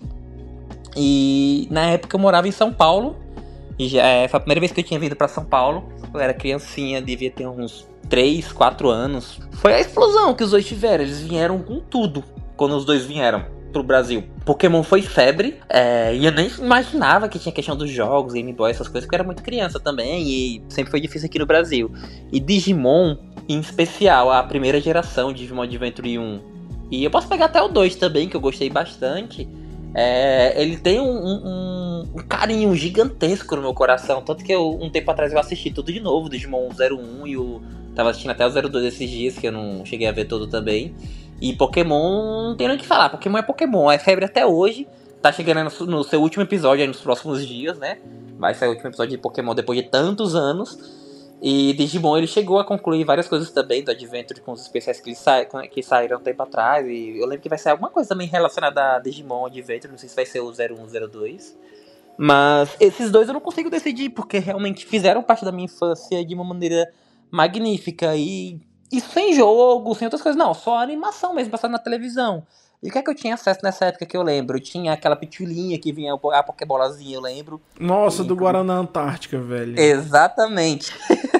E na época eu morava em São Paulo. E já é, foi a primeira vez que eu tinha vindo pra São Paulo. Eu era criancinha, devia ter uns três, quatro anos. Foi a explosão que os dois tiveram. Eles vieram com tudo quando os dois vieram pro Brasil. Pokémon foi febre, é, e eu nem imaginava que tinha questão dos jogos, Game Boy, essas coisas, porque eu era muito criança também, e sempre foi difícil aqui no Brasil. E Digimon, em especial, a primeira geração, Digimon Adventure um, e eu posso pegar até o dois também, que eu gostei bastante, é, ele tem um, um, um carinho gigantesco no meu coração, tanto que eu, um tempo atrás eu assisti tudo de novo, Digimon zero um, e o tava assistindo até o zero dois esses dias, que eu não cheguei a ver todo também. E Pokémon, não tem nem o que falar, Pokémon é Pokémon, é febre até hoje, tá chegando no, no seu último episódio aí nos próximos dias, né? Vai sair o último episódio de Pokémon depois de tantos anos. E Digimon, ele chegou a concluir várias coisas também do Adventure com os especiais que, ele sa- que saíram um tempo atrás. E eu lembro que vai sair alguma coisa também relacionada a Digimon Adventure, não sei se vai ser o zero um, zero dois. Mas esses dois eu não consigo decidir, porque realmente fizeram parte da minha infância de uma maneira magnífica. E isso sem jogo, sem outras coisas, não, só animação mesmo, passando na televisão. E o que é que eu tinha acesso nessa época que eu lembro? Eu tinha aquela pitulinha que vinha a Pokébolazinha, eu lembro. Nossa, e... do Guaraná Antártica, velho. Exatamente.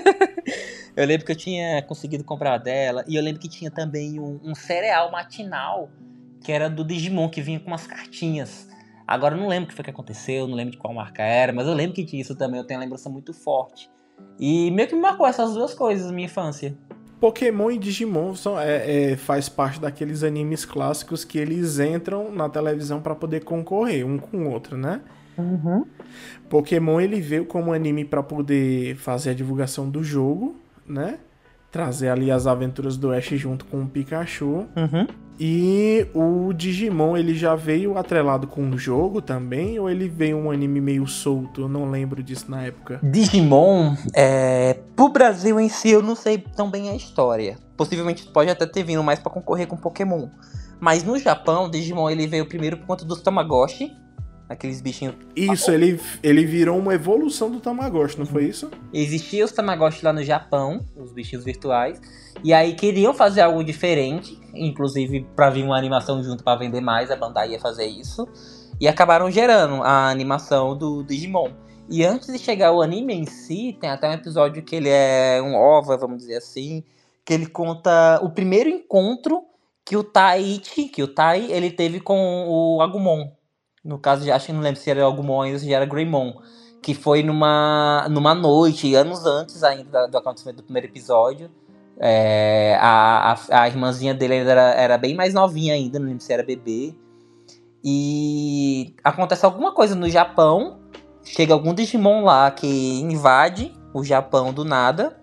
Eu lembro que eu tinha conseguido comprar dela. E eu lembro que tinha também um, um cereal matinal, que era do Digimon, que vinha com umas cartinhas. Agora eu não lembro o que foi que aconteceu, não lembro de qual marca era, mas eu lembro que tinha isso também, eu tenho uma lembrança muito forte. E meio que me marcou essas duas coisas na minha infância. Pokémon e Digimon são, é, é, faz parte daqueles animes clássicos que eles entram na televisão para poder concorrer um com o outro, né? Uhum. Pokémon ele veio como anime para poder fazer a divulgação do jogo, né? Trazer ali as aventuras do Ash junto com o Pikachu. Uhum. E o Digimon, ele já veio atrelado com o jogo também? Ou ele veio um anime meio solto? Eu não lembro disso na época. Digimon, é... pro Brasil em si, eu não sei tão bem a história. Possivelmente pode até ter vindo mais pra concorrer com Pokémon. Mas no Japão, Digimon ele veio primeiro por conta dos Tamagotchi. Aqueles bichinhos. Isso, ele, ele virou uma evolução do Tamagotchi, não foi isso? Existiam os Tamagotchi lá no Japão, os bichinhos virtuais. E aí queriam fazer algo diferente, inclusive pra vir uma animação junto pra vender mais, a Bandai ia fazer isso. E acabaram gerando a animação do Digimon. E antes de chegar o anime em si, tem até um episódio que ele é um ova, vamos dizer assim, que ele conta o primeiro encontro que o Taichi, que o Tai, ele teve com o Agumon. No caso, acho que não lembro se era Agumon ou se era Greymon. Que foi numa, numa noite, anos antes ainda do acontecimento do primeiro episódio. É, a, a, a irmãzinha dele era, era bem mais novinha ainda, não lembro se era bebê. E acontece alguma coisa no Japão. Chega algum Digimon lá que invade o Japão do nada.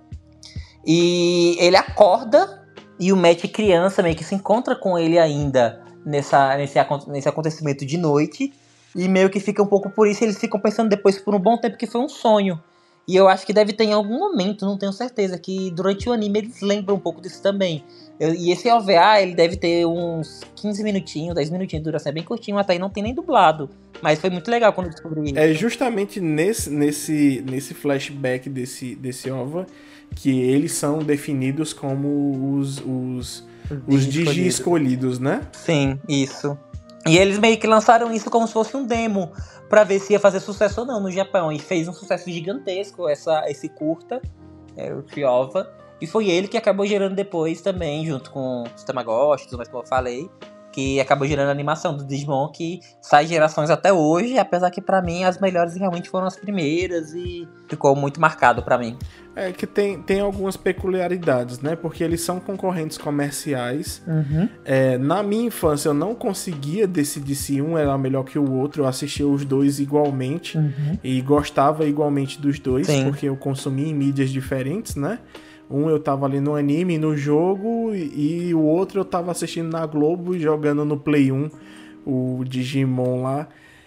E ele acorda e o Matt criança meio que se encontra com ele ainda nessa, nesse, nesse acontecimento de noite. E meio que fica um pouco por isso. Eles ficam pensando depois por um bom tempo que foi um sonho. E eu acho que deve ter em algum momento, não tenho certeza, que durante o anime eles lembram um pouco disso também. Eu, e esse O V A, ele deve ter uns quinze minutinhos, dez minutinhos de duração, é bem curtinho, até aí não tem nem dublado. Mas foi muito legal quando eu descobri isso. É justamente nesse, nesse, nesse flashback desse, desse O V A que eles são definidos como os, os, os Digi escolhidos, né? Sim, isso. E eles meio que lançaram isso como se fosse um demo, pra ver se ia fazer sucesso ou não no Japão. E fez um sucesso gigantesco essa, esse curta, é, o Triova. E foi ele que acabou gerando depois também, junto com os Tamagotchi, tudo mais como eu falei, que acabou gerando a animação do Digimon, que sai gerações até hoje, apesar que pra mim as melhores realmente foram as primeiras e ficou muito marcado pra mim. É que tem, tem algumas peculiaridades, né? Porque eles são concorrentes comerciais. Uhum. É, na minha infância eu não conseguia decidir se um era melhor que o outro. Eu assistia os dois igualmente. Uhum. E gostava igualmente dos dois. Sim. Porque eu consumia em mídias diferentes, né? Um eu tava ali no anime, no jogo. E, e o outro eu tava assistindo na Globo e jogando no Play um. O Digimon lá.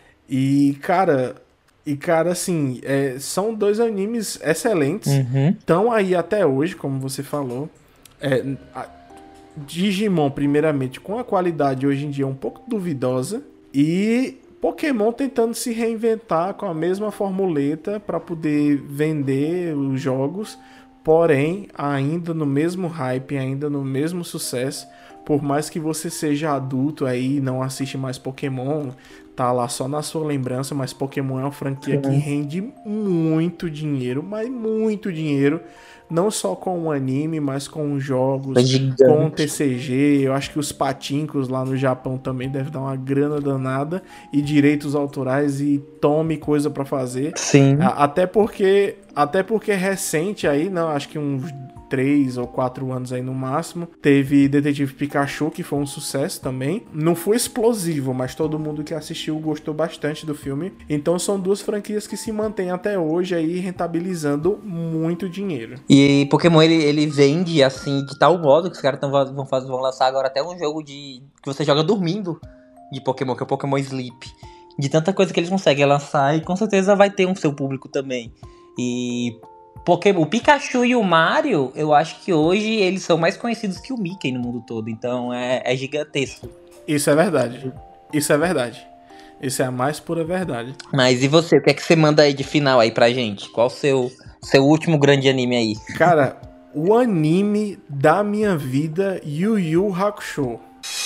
E, cara... E, cara, assim, é, são dois animes excelentes. Estão Uhum. aí até hoje, como você falou. É, a, Digimon, primeiramente, com a qualidade hoje em dia um pouco duvidosa. E Pokémon tentando se reinventar com a mesma formuleta para poder vender os jogos. Porém, ainda no mesmo hype, ainda no mesmo sucesso. Por mais que você seja adulto aí e não assiste mais Pokémon, tá lá só na sua lembrança, mas Pokémon é uma franquia que rende muito dinheiro, mas muito dinheiro. Não só com o anime, mas com os jogos, É com o T C G. Eu acho que os patincos lá no Japão também devem dar uma grana danada. E direitos autorais e tome coisa pra fazer. Sim. A- Até porque, até porque é recente aí, não, acho que uns três ou quatro anos aí no máximo, teve Detetive Pikachu, que foi um sucesso também. Não foi explosivo, mas todo mundo que assistiu gostou bastante do filme. Então são duas franquias que se mantêm até hoje aí rentabilizando muito dinheiro. E Pokémon, ele, ele vende, assim, de tal modo que os caras tão, vão, fazer, vão lançar agora até um jogo de que você joga dormindo de Pokémon, que é o Pokémon Sleep. De tanta coisa que eles conseguem lançar, e com certeza vai ter um seu público também. E Pokémon, o Pikachu e o Mario, eu acho que hoje eles são mais conhecidos que o Mickey no mundo todo. Então é, é gigantesco. Isso é verdade. Isso é verdade. Isso é a mais pura verdade. Mas e você? O que é que você manda aí de final aí pra gente? Qual o seu, seu último grande anime aí? Cara, o anime da minha vida, Yu Yu Hakusho.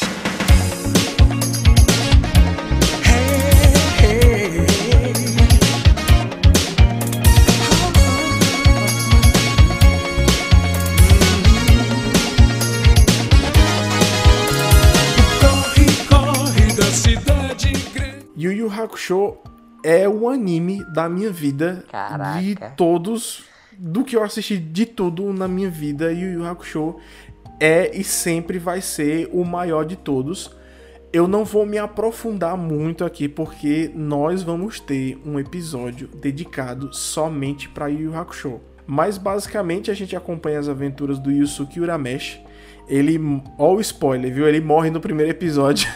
Yu Yu Hakusho é o anime da minha vida. Caraca. De todos, do que eu assisti de tudo na minha vida, Yu Yu Hakusho é e sempre vai ser o maior de todos. Eu não vou me aprofundar muito aqui, porque nós vamos ter um episódio dedicado somente para Yu Yu Hakusho. Mas basicamente a gente acompanha as aventuras do Yusuke Urameshi. Ele, ó o spoiler, viu? Ele morre no primeiro episódio.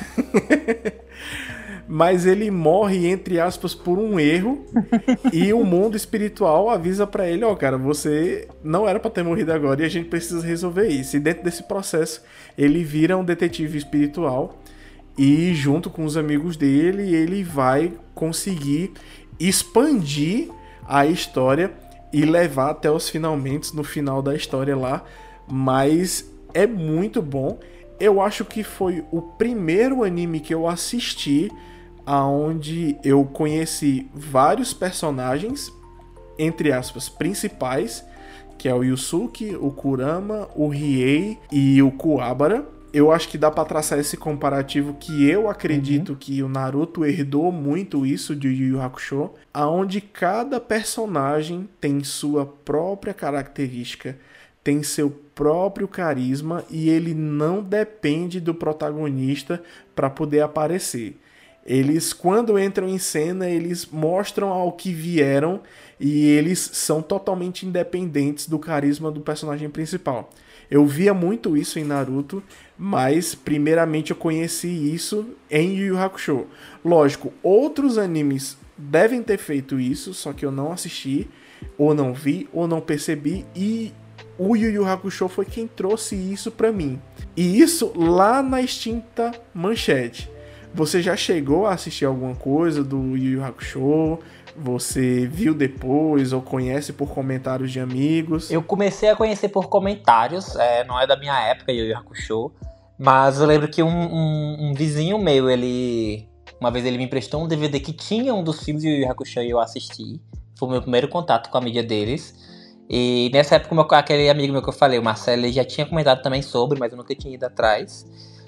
Mas ele morre, entre aspas, por um erro. E o mundo espiritual avisa pra ele, ó, cara, você não era pra ter morrido agora e a gente precisa resolver isso. E dentro desse processo, ele vira um detetive espiritual. e junto com os amigos dele, ele vai conseguir expandir a história e levar até os finalmente no final da história lá, mas é muito bom. Eu acho que foi o primeiro anime que eu assisti aonde eu conheci vários personagens, entre aspas, principais, que é o Yusuke, o Kurama, o Riei e o Kuwabara. Eu acho que dá pra traçar esse comparativo que eu acredito uhum. que o Naruto herdou muito isso de Yu Yu Hakusho, aonde cada personagem tem sua própria característica, tem seu próprio carisma e ele não depende do protagonista para poder aparecer. Eles, quando entram em cena, eles mostram ao que vieram e eles são totalmente independentes do carisma do personagem principal. Eu via muito isso em Naruto, mas primeiramente eu conheci isso em Yu Yu Hakusho. Lógico, outros animes devem ter feito isso, só que eu não assisti, ou não vi, ou não percebi, e o Yu Yu Hakusho foi quem trouxe isso pra mim. E isso lá na extinta Manchete. Você já chegou a assistir alguma coisa do Yu Yu Hakusho? Você viu depois ou conhece por comentários de amigos? Eu comecei a conhecer por comentários, é, não é da minha época Yu Yu Hakusho, mas eu lembro que um, um, um vizinho meu, ele uma vez ele me emprestou um D V D que tinha um dos filmes de Yu Yu Hakusho e eu assisti. Foi o meu primeiro contato com a mídia deles. E nessa época, meu, aquele amigo meu que eu falei, o Marcelo, ele já tinha comentado também sobre, mas eu nunca tinha ido atrás.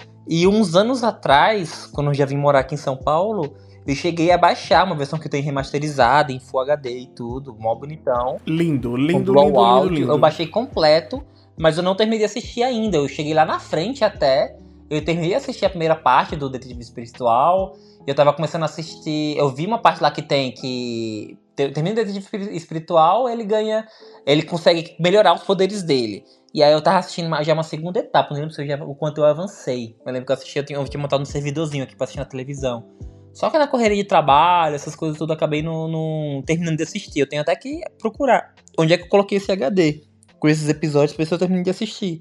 E uns anos atrás, quando eu já vim morar aqui em São Paulo, eu cheguei a baixar uma versão que tem remasterizada, em Full H D e tudo, mó bonitão. Lindo, lindo, lindo, lindo, áudio. lindo, lindo. Eu baixei completo, mas eu não terminei de assistir ainda. Eu cheguei lá na frente até, eu terminei de assistir a primeira parte do Detetive Espiritual, e eu tava começando a assistir, eu vi uma parte lá que tem que... Termina o Detetive Espiritual, ele ganha, ele consegue melhorar os poderes dele. E aí eu tava assistindo já uma segunda etapa, não lembro se eu já, o quanto eu avancei. Eu lembro que eu assisti, eu tinha, eu tinha montado um servidorzinho aqui pra assistir na televisão. Só que na correria de trabalho, essas coisas tudo, eu acabei não, não terminando de assistir. Eu tenho até que procurar onde é que eu coloquei esse H D com esses episódios pra ver se eu termino de assistir.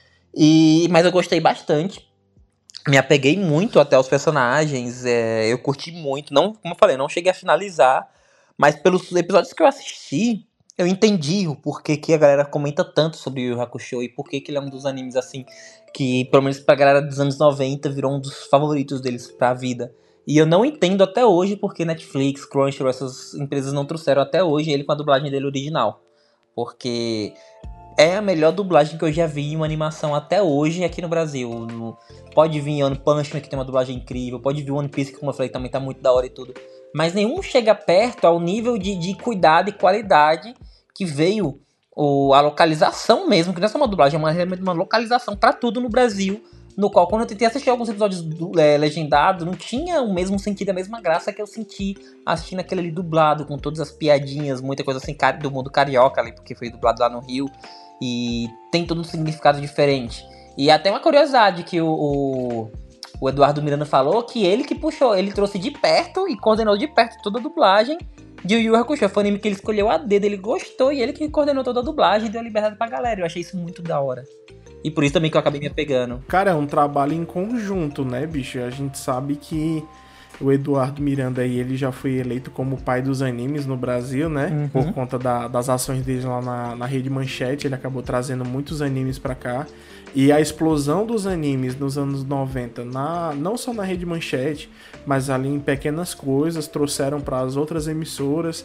E, mas eu gostei bastante. Me apeguei muito até os personagens. É, eu curti muito. Não, como eu falei, não cheguei a finalizar. Mas pelos episódios que eu assisti, eu entendi o porquê que a galera comenta tanto sobre o Yu Yu Hakusho e porquê que ele é um dos animes, assim, que, pelo menos pra galera dos anos noventa, virou um dos favoritos deles pra vida. E eu não entendo até hoje porque Netflix, Crunchyroll, essas empresas não trouxeram até hoje ele com a dublagem dele original. Porque é a melhor dublagem que eu já vi em uma animação até hoje aqui no Brasil. No, pode vir One Punch Man, que tem uma dublagem incrível, pode vir One Piece, que, como eu falei, também tá muito da hora e tudo. Mas nenhum chega perto ao nível de, de cuidado e qualidade que veio o, a localização mesmo, que não é só uma dublagem, é uma, uma localização pra tudo no Brasil, no qual quando eu tentei assistir alguns episódios do, é, legendados, não tinha o mesmo sentido, a mesma graça que eu senti assistindo aquele ali dublado, com todas as piadinhas, muita coisa assim do mundo carioca ali, porque foi dublado lá no Rio, e tem todo um significado diferente. E até uma curiosidade que o... o O Eduardo Miranda falou que ele que puxou, ele trouxe de perto e coordenou de perto toda a dublagem de Yu Yu Hakusho. Foi um anime que ele escolheu a dedo, ele gostou e ele que coordenou toda a dublagem e deu a liberdade pra galera. Eu achei isso muito da hora. E por isso também que eu acabei me apegando. Cara, é um trabalho em conjunto, né, bicho? A gente sabe que o Eduardo Miranda aí, ele já foi eleito como o pai dos animes no Brasil, né? Uhum. Por conta da, das ações dele lá na, na Rede Manchete, ele acabou trazendo muitos animes pra cá. E a explosão dos animes nos anos noventa, na, não só na Rede Manchete, mas ali em Pequenas Coisas, trouxeram para as outras emissoras.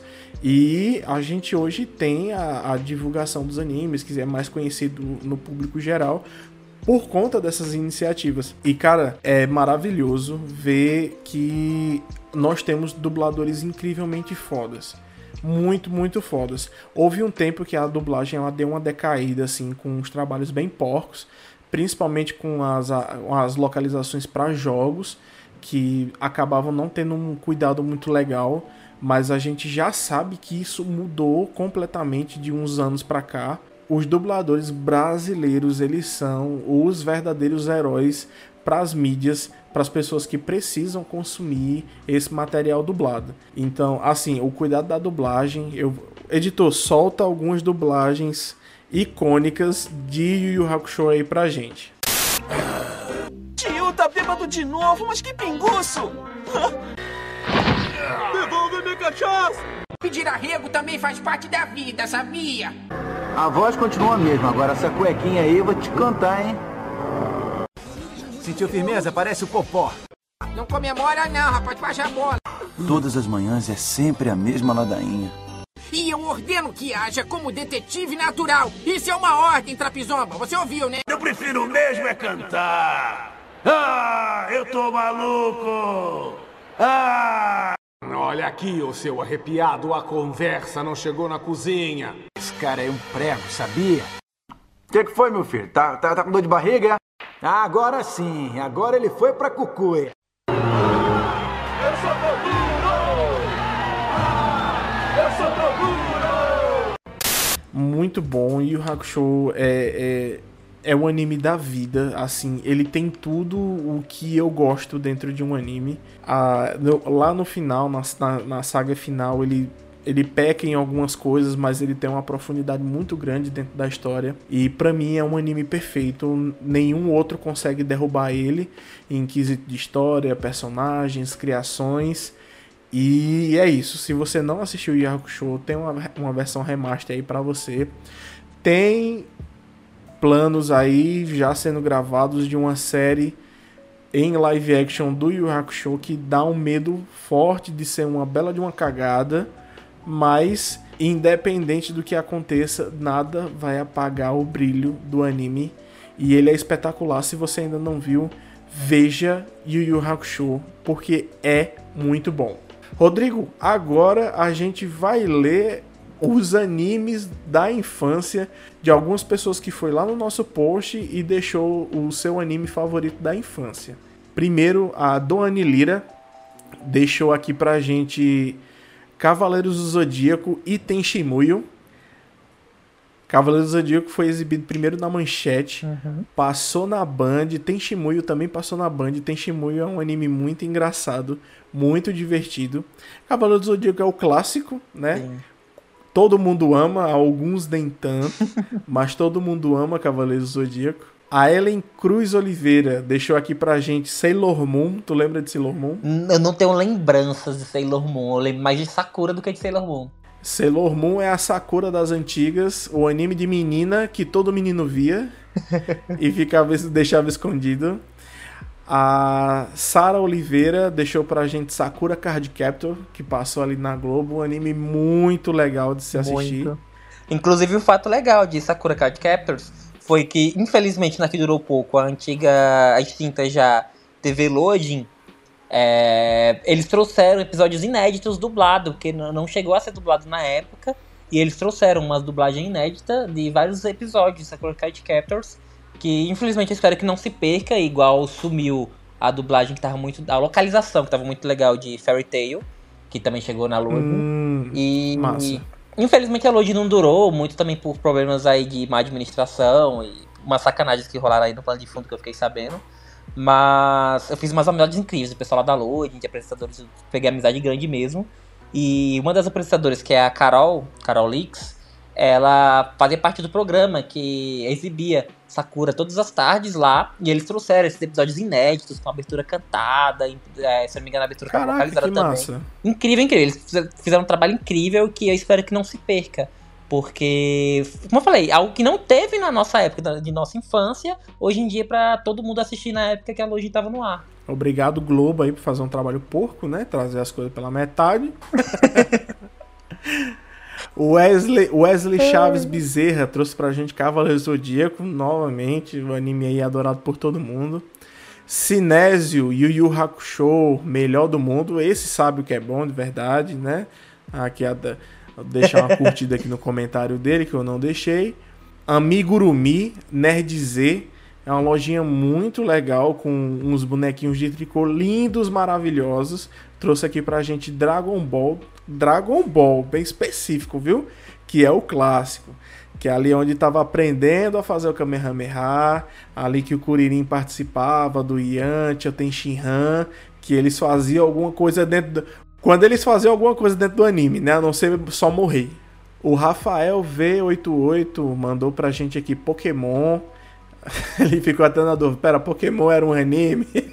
E a gente hoje tem a, a divulgação dos animes, que é mais conhecido no público geral, por conta dessas iniciativas. E, cara, é maravilhoso ver que nós temos dubladores incrivelmente fodas. Muito, muito fodas. Houve um tempo que a dublagem ela deu uma decaída, assim, com os trabalhos bem porcos, principalmente com as, as localizações para jogos, que acabavam não tendo um cuidado muito legal, mas a gente já sabe que isso mudou completamente de uns anos para cá. Os dubladores brasileiros, eles são os verdadeiros heróis para as mídias, para as pessoas que precisam consumir esse material dublado. Então, assim, o cuidado da dublagem, eu... editor, solta algumas dublagens icônicas de Yu Yu Hakusho aí pra gente. Tio, tá bêbado Tudo de novo, mas que pinguço! Devolve minha cachaça! Pedir arrego também faz parte da vida, sabia? A voz continua a mesma, agora essa cuequinha aí eu vou te cantar, hein? Sentiu firmeza? Parece o Popó. Não comemora não, rapaz, baixa a bola. Todas as manhãs é sempre a mesma ladainha. E eu ordeno que haja como detetive natural. Isso é uma ordem, Trapizomba. Você ouviu, né? Eu prefiro mesmo é cantar. Ah, eu tô maluco! Ah! Olha aqui, ô seu arrepiado, a conversa não chegou na cozinha. Esse cara é um prego, sabia? O que, que foi, meu filho? Tá, tá, tá com dor de barriga, é? Ah, agora sim, agora ele foi pra cucuia. Eu sou Toguro! Ah, eu sou Toguro! Muito bom. Yu Yu Hakusho é, é, é um anime da vida, assim, ele tem tudo o que eu gosto dentro de um anime. Ah, no, lá no final, na, na, na saga final, ele... Ele peca em algumas coisas, mas ele tem uma profundidade muito grande dentro da história. E pra mim é um anime perfeito. Nenhum outro consegue derrubar ele em quesito de história, personagens, criações. E é isso. Se você não assistiu o Yu Yu Hakusho, tem uma, uma versão remaster aí pra você. Tem planos aí já sendo gravados de uma série em live action do Yu Yu Hakusho que dá um medo forte de ser uma bela de uma cagada. Mas, independente do que aconteça, nada vai apagar o brilho do anime. E ele é espetacular. Se você ainda não viu, veja Yu Yu Hakusho, porque é muito bom. Rodrigo, agora a gente vai ler os animes da infância de algumas pessoas que foi lá no nosso post e deixou o seu anime favorito da infância. Primeiro, a Doane Lira deixou aqui pra gente... Cavaleiros do Zodíaco e Tenshinmuyo. Cavaleiros do Zodíaco foi exibido primeiro na Manchete, uhum. Passou na Band. Tenshinmuyo também passou na Band. Tenshinmuyo é um anime muito engraçado, muito divertido. Cavaleiros do Zodíaco é o clássico, né? Sim. Todo mundo ama, alguns nem tanto, mas todo mundo ama Cavaleiros do Zodíaco. A Ellen Cruz Oliveira deixou aqui pra gente Sailor Moon. Tu lembra de Sailor Moon? Eu não tenho lembranças de Sailor Moon. Eu lembro mais de Sakura do que de Sailor Moon. Sailor Moon é a Sakura das antigas. O anime de menina que todo menino via e ficava, deixava escondido. A Sara Oliveira deixou pra gente Sakura Card Captor, que passou ali na Globo. Um anime muito legal de se assistir. Muito. Inclusive o fato legal de Sakura Card Captors foi que, infelizmente, na que durou pouco, a antiga, a extinta já T V Loading, é, eles trouxeram episódios inéditos dublados, porque não chegou a ser dublado na época, e eles trouxeram uma dublagem inédita de vários episódios de Sakura Card Captors, que, infelizmente, eu espero que não se perca, igual sumiu a dublagem que tava muito... a localização que tava muito legal de Fairy Tail, que também chegou na Loading. Hum, e... massa. Infelizmente a Load não durou, muito também por problemas aí de má administração e umas sacanagens que rolaram aí no plano de fundo que eu fiquei sabendo. Mas eu fiz umas amizades incríveis, o pessoal lá da Load, de apresentadores, eu peguei amizade grande mesmo. E uma das apresentadoras, que é a Carol, Carol Leaks, ela fazia parte do programa que exibia Sakura todas as tardes lá, e eles trouxeram esses episódios inéditos, com abertura cantada, é, se eu não me engano a abertura Caraca, vocalizada também. Massa. Incrível, incrível, eles fizeram um trabalho incrível que eu espero que não se perca, porque, como eu falei, algo que não teve na nossa época, de nossa infância, hoje em dia pra todo mundo assistir na época que a Logi tava no ar. Obrigado Globo aí por fazer um trabalho porco, né, trazer as coisas pela metade. Wesley, Wesley Chaves Bezerra trouxe pra gente Cavaleiro Zodíaco, novamente, o um anime aí adorado por todo mundo. Sinésio, Yu Yu Hakusho, melhor do mundo, esse sabe o que é bom de verdade, né? Aqui, vou deixar uma curtida aqui no comentário dele, que eu não deixei. Amigurumi, Nerd Z, é uma lojinha muito legal, com uns bonequinhos de tricô lindos, maravilhosos. Trouxe aqui pra gente Dragon Ball, Dragon Ball, bem específico, viu? Que é o clássico. Que é ali onde estava aprendendo a fazer o Kamehameha, ali que o Kuririn participava, do Yantia, tem Shinran, que eles faziam alguma coisa dentro do... Quando eles faziam alguma coisa dentro do anime, né? A não ser só morrer. O Rafael V oitenta e oito mandou pra gente aqui Pokémon. Ele ficou até na dúvida, pera, Pokémon era um anime?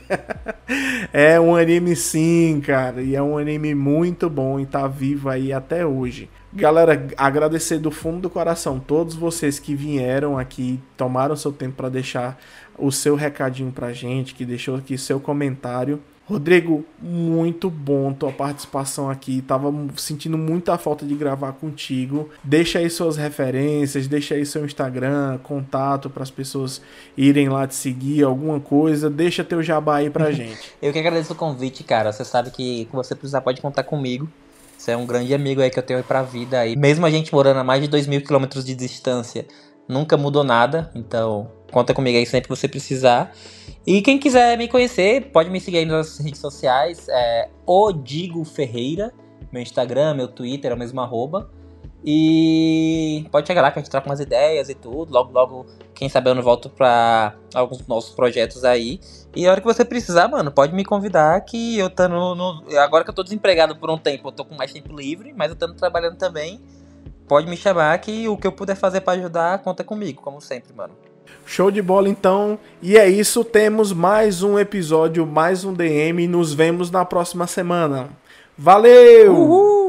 É um anime sim, cara, e é um anime muito bom e tá vivo aí até hoje. Galera, agradecer do fundo do coração todos vocês que vieram aqui, tomaram seu tempo para deixar o seu recadinho pra gente, que deixou aqui seu comentário. Rodrigo, muito bom tua participação aqui, tava sentindo muita falta de gravar contigo. Deixa aí suas referências, deixa aí seu Instagram, contato para as pessoas irem lá te seguir, alguma coisa, deixa teu jabá aí pra gente. Eu que agradeço o convite, cara, você sabe que se você precisar pode contar comigo. Você é um grande amigo aí que eu tenho aí pra vida aí. Mesmo a gente morando a mais de dois mil quilômetros de distância, nunca mudou nada, então conta comigo aí sempre que você precisar. E quem quiser me conhecer, pode me seguir aí nas redes sociais, é Odigo Ferreira, meu Instagram, meu Twitter, é o mesmo arroba. E pode chegar lá que a gente troca umas ideias e tudo. Logo, logo, quem sabe eu não volto pra alguns nossos projetos aí. E a hora que você precisar, mano, pode me convidar que eu tô no, no... Agora que eu tô desempregado por um tempo, eu tô com mais tempo livre, mas eu tô trabalhando também. Pode me chamar que o que eu puder fazer pra ajudar, conta comigo, como sempre, mano. Show de bola então, e é isso, temos mais um episódio, mais um D M, e nos vemos na próxima semana. Valeu! Uhul!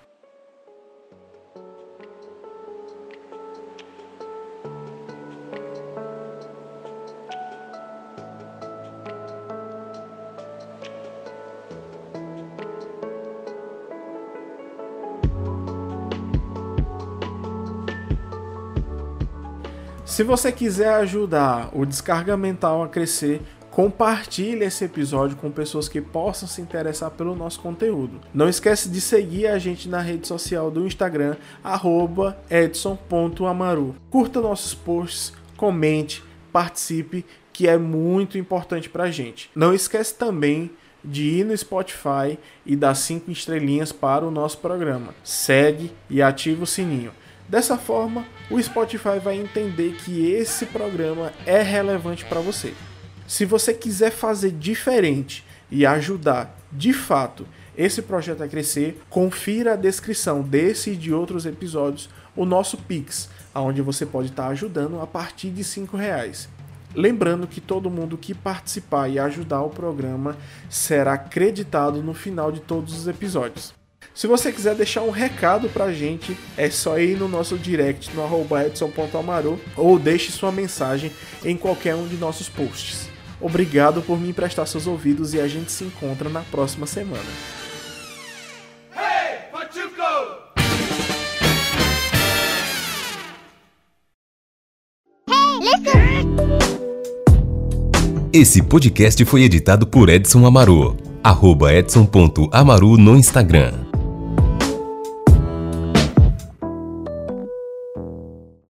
Se você quiser ajudar o Descarga Mental a crescer, compartilhe esse episódio com pessoas que possam se interessar pelo nosso conteúdo. Não esquece de seguir a gente na rede social do Instagram, arroba edson ponto amaru. Curta nossos posts, comente, participe, que é muito importante pra gente. Não esquece também de ir no Spotify e dar cinco estrelinhas para o nosso programa. Segue e ativa o sininho. Dessa forma, o Spotify vai entender que esse programa é relevante para você. Se você quiser fazer diferente e ajudar, de fato, esse projeto a crescer, confira a descrição desse e de outros episódios o nosso Pix, onde você pode estar ajudando a partir de cinco reais. Lembrando que todo mundo que participar e ajudar o programa será creditado no final de todos os episódios. Se você quiser deixar um recado pra gente, é só ir no nosso direct no arroba edson ponto amaru ou deixe sua mensagem em qualquer um de nossos posts. Obrigado por me emprestar seus ouvidos e a gente se encontra na próxima semana. Hey, Pachuco! Esse podcast foi editado por Edson Amaru, arroba edson ponto amaru no Instagram.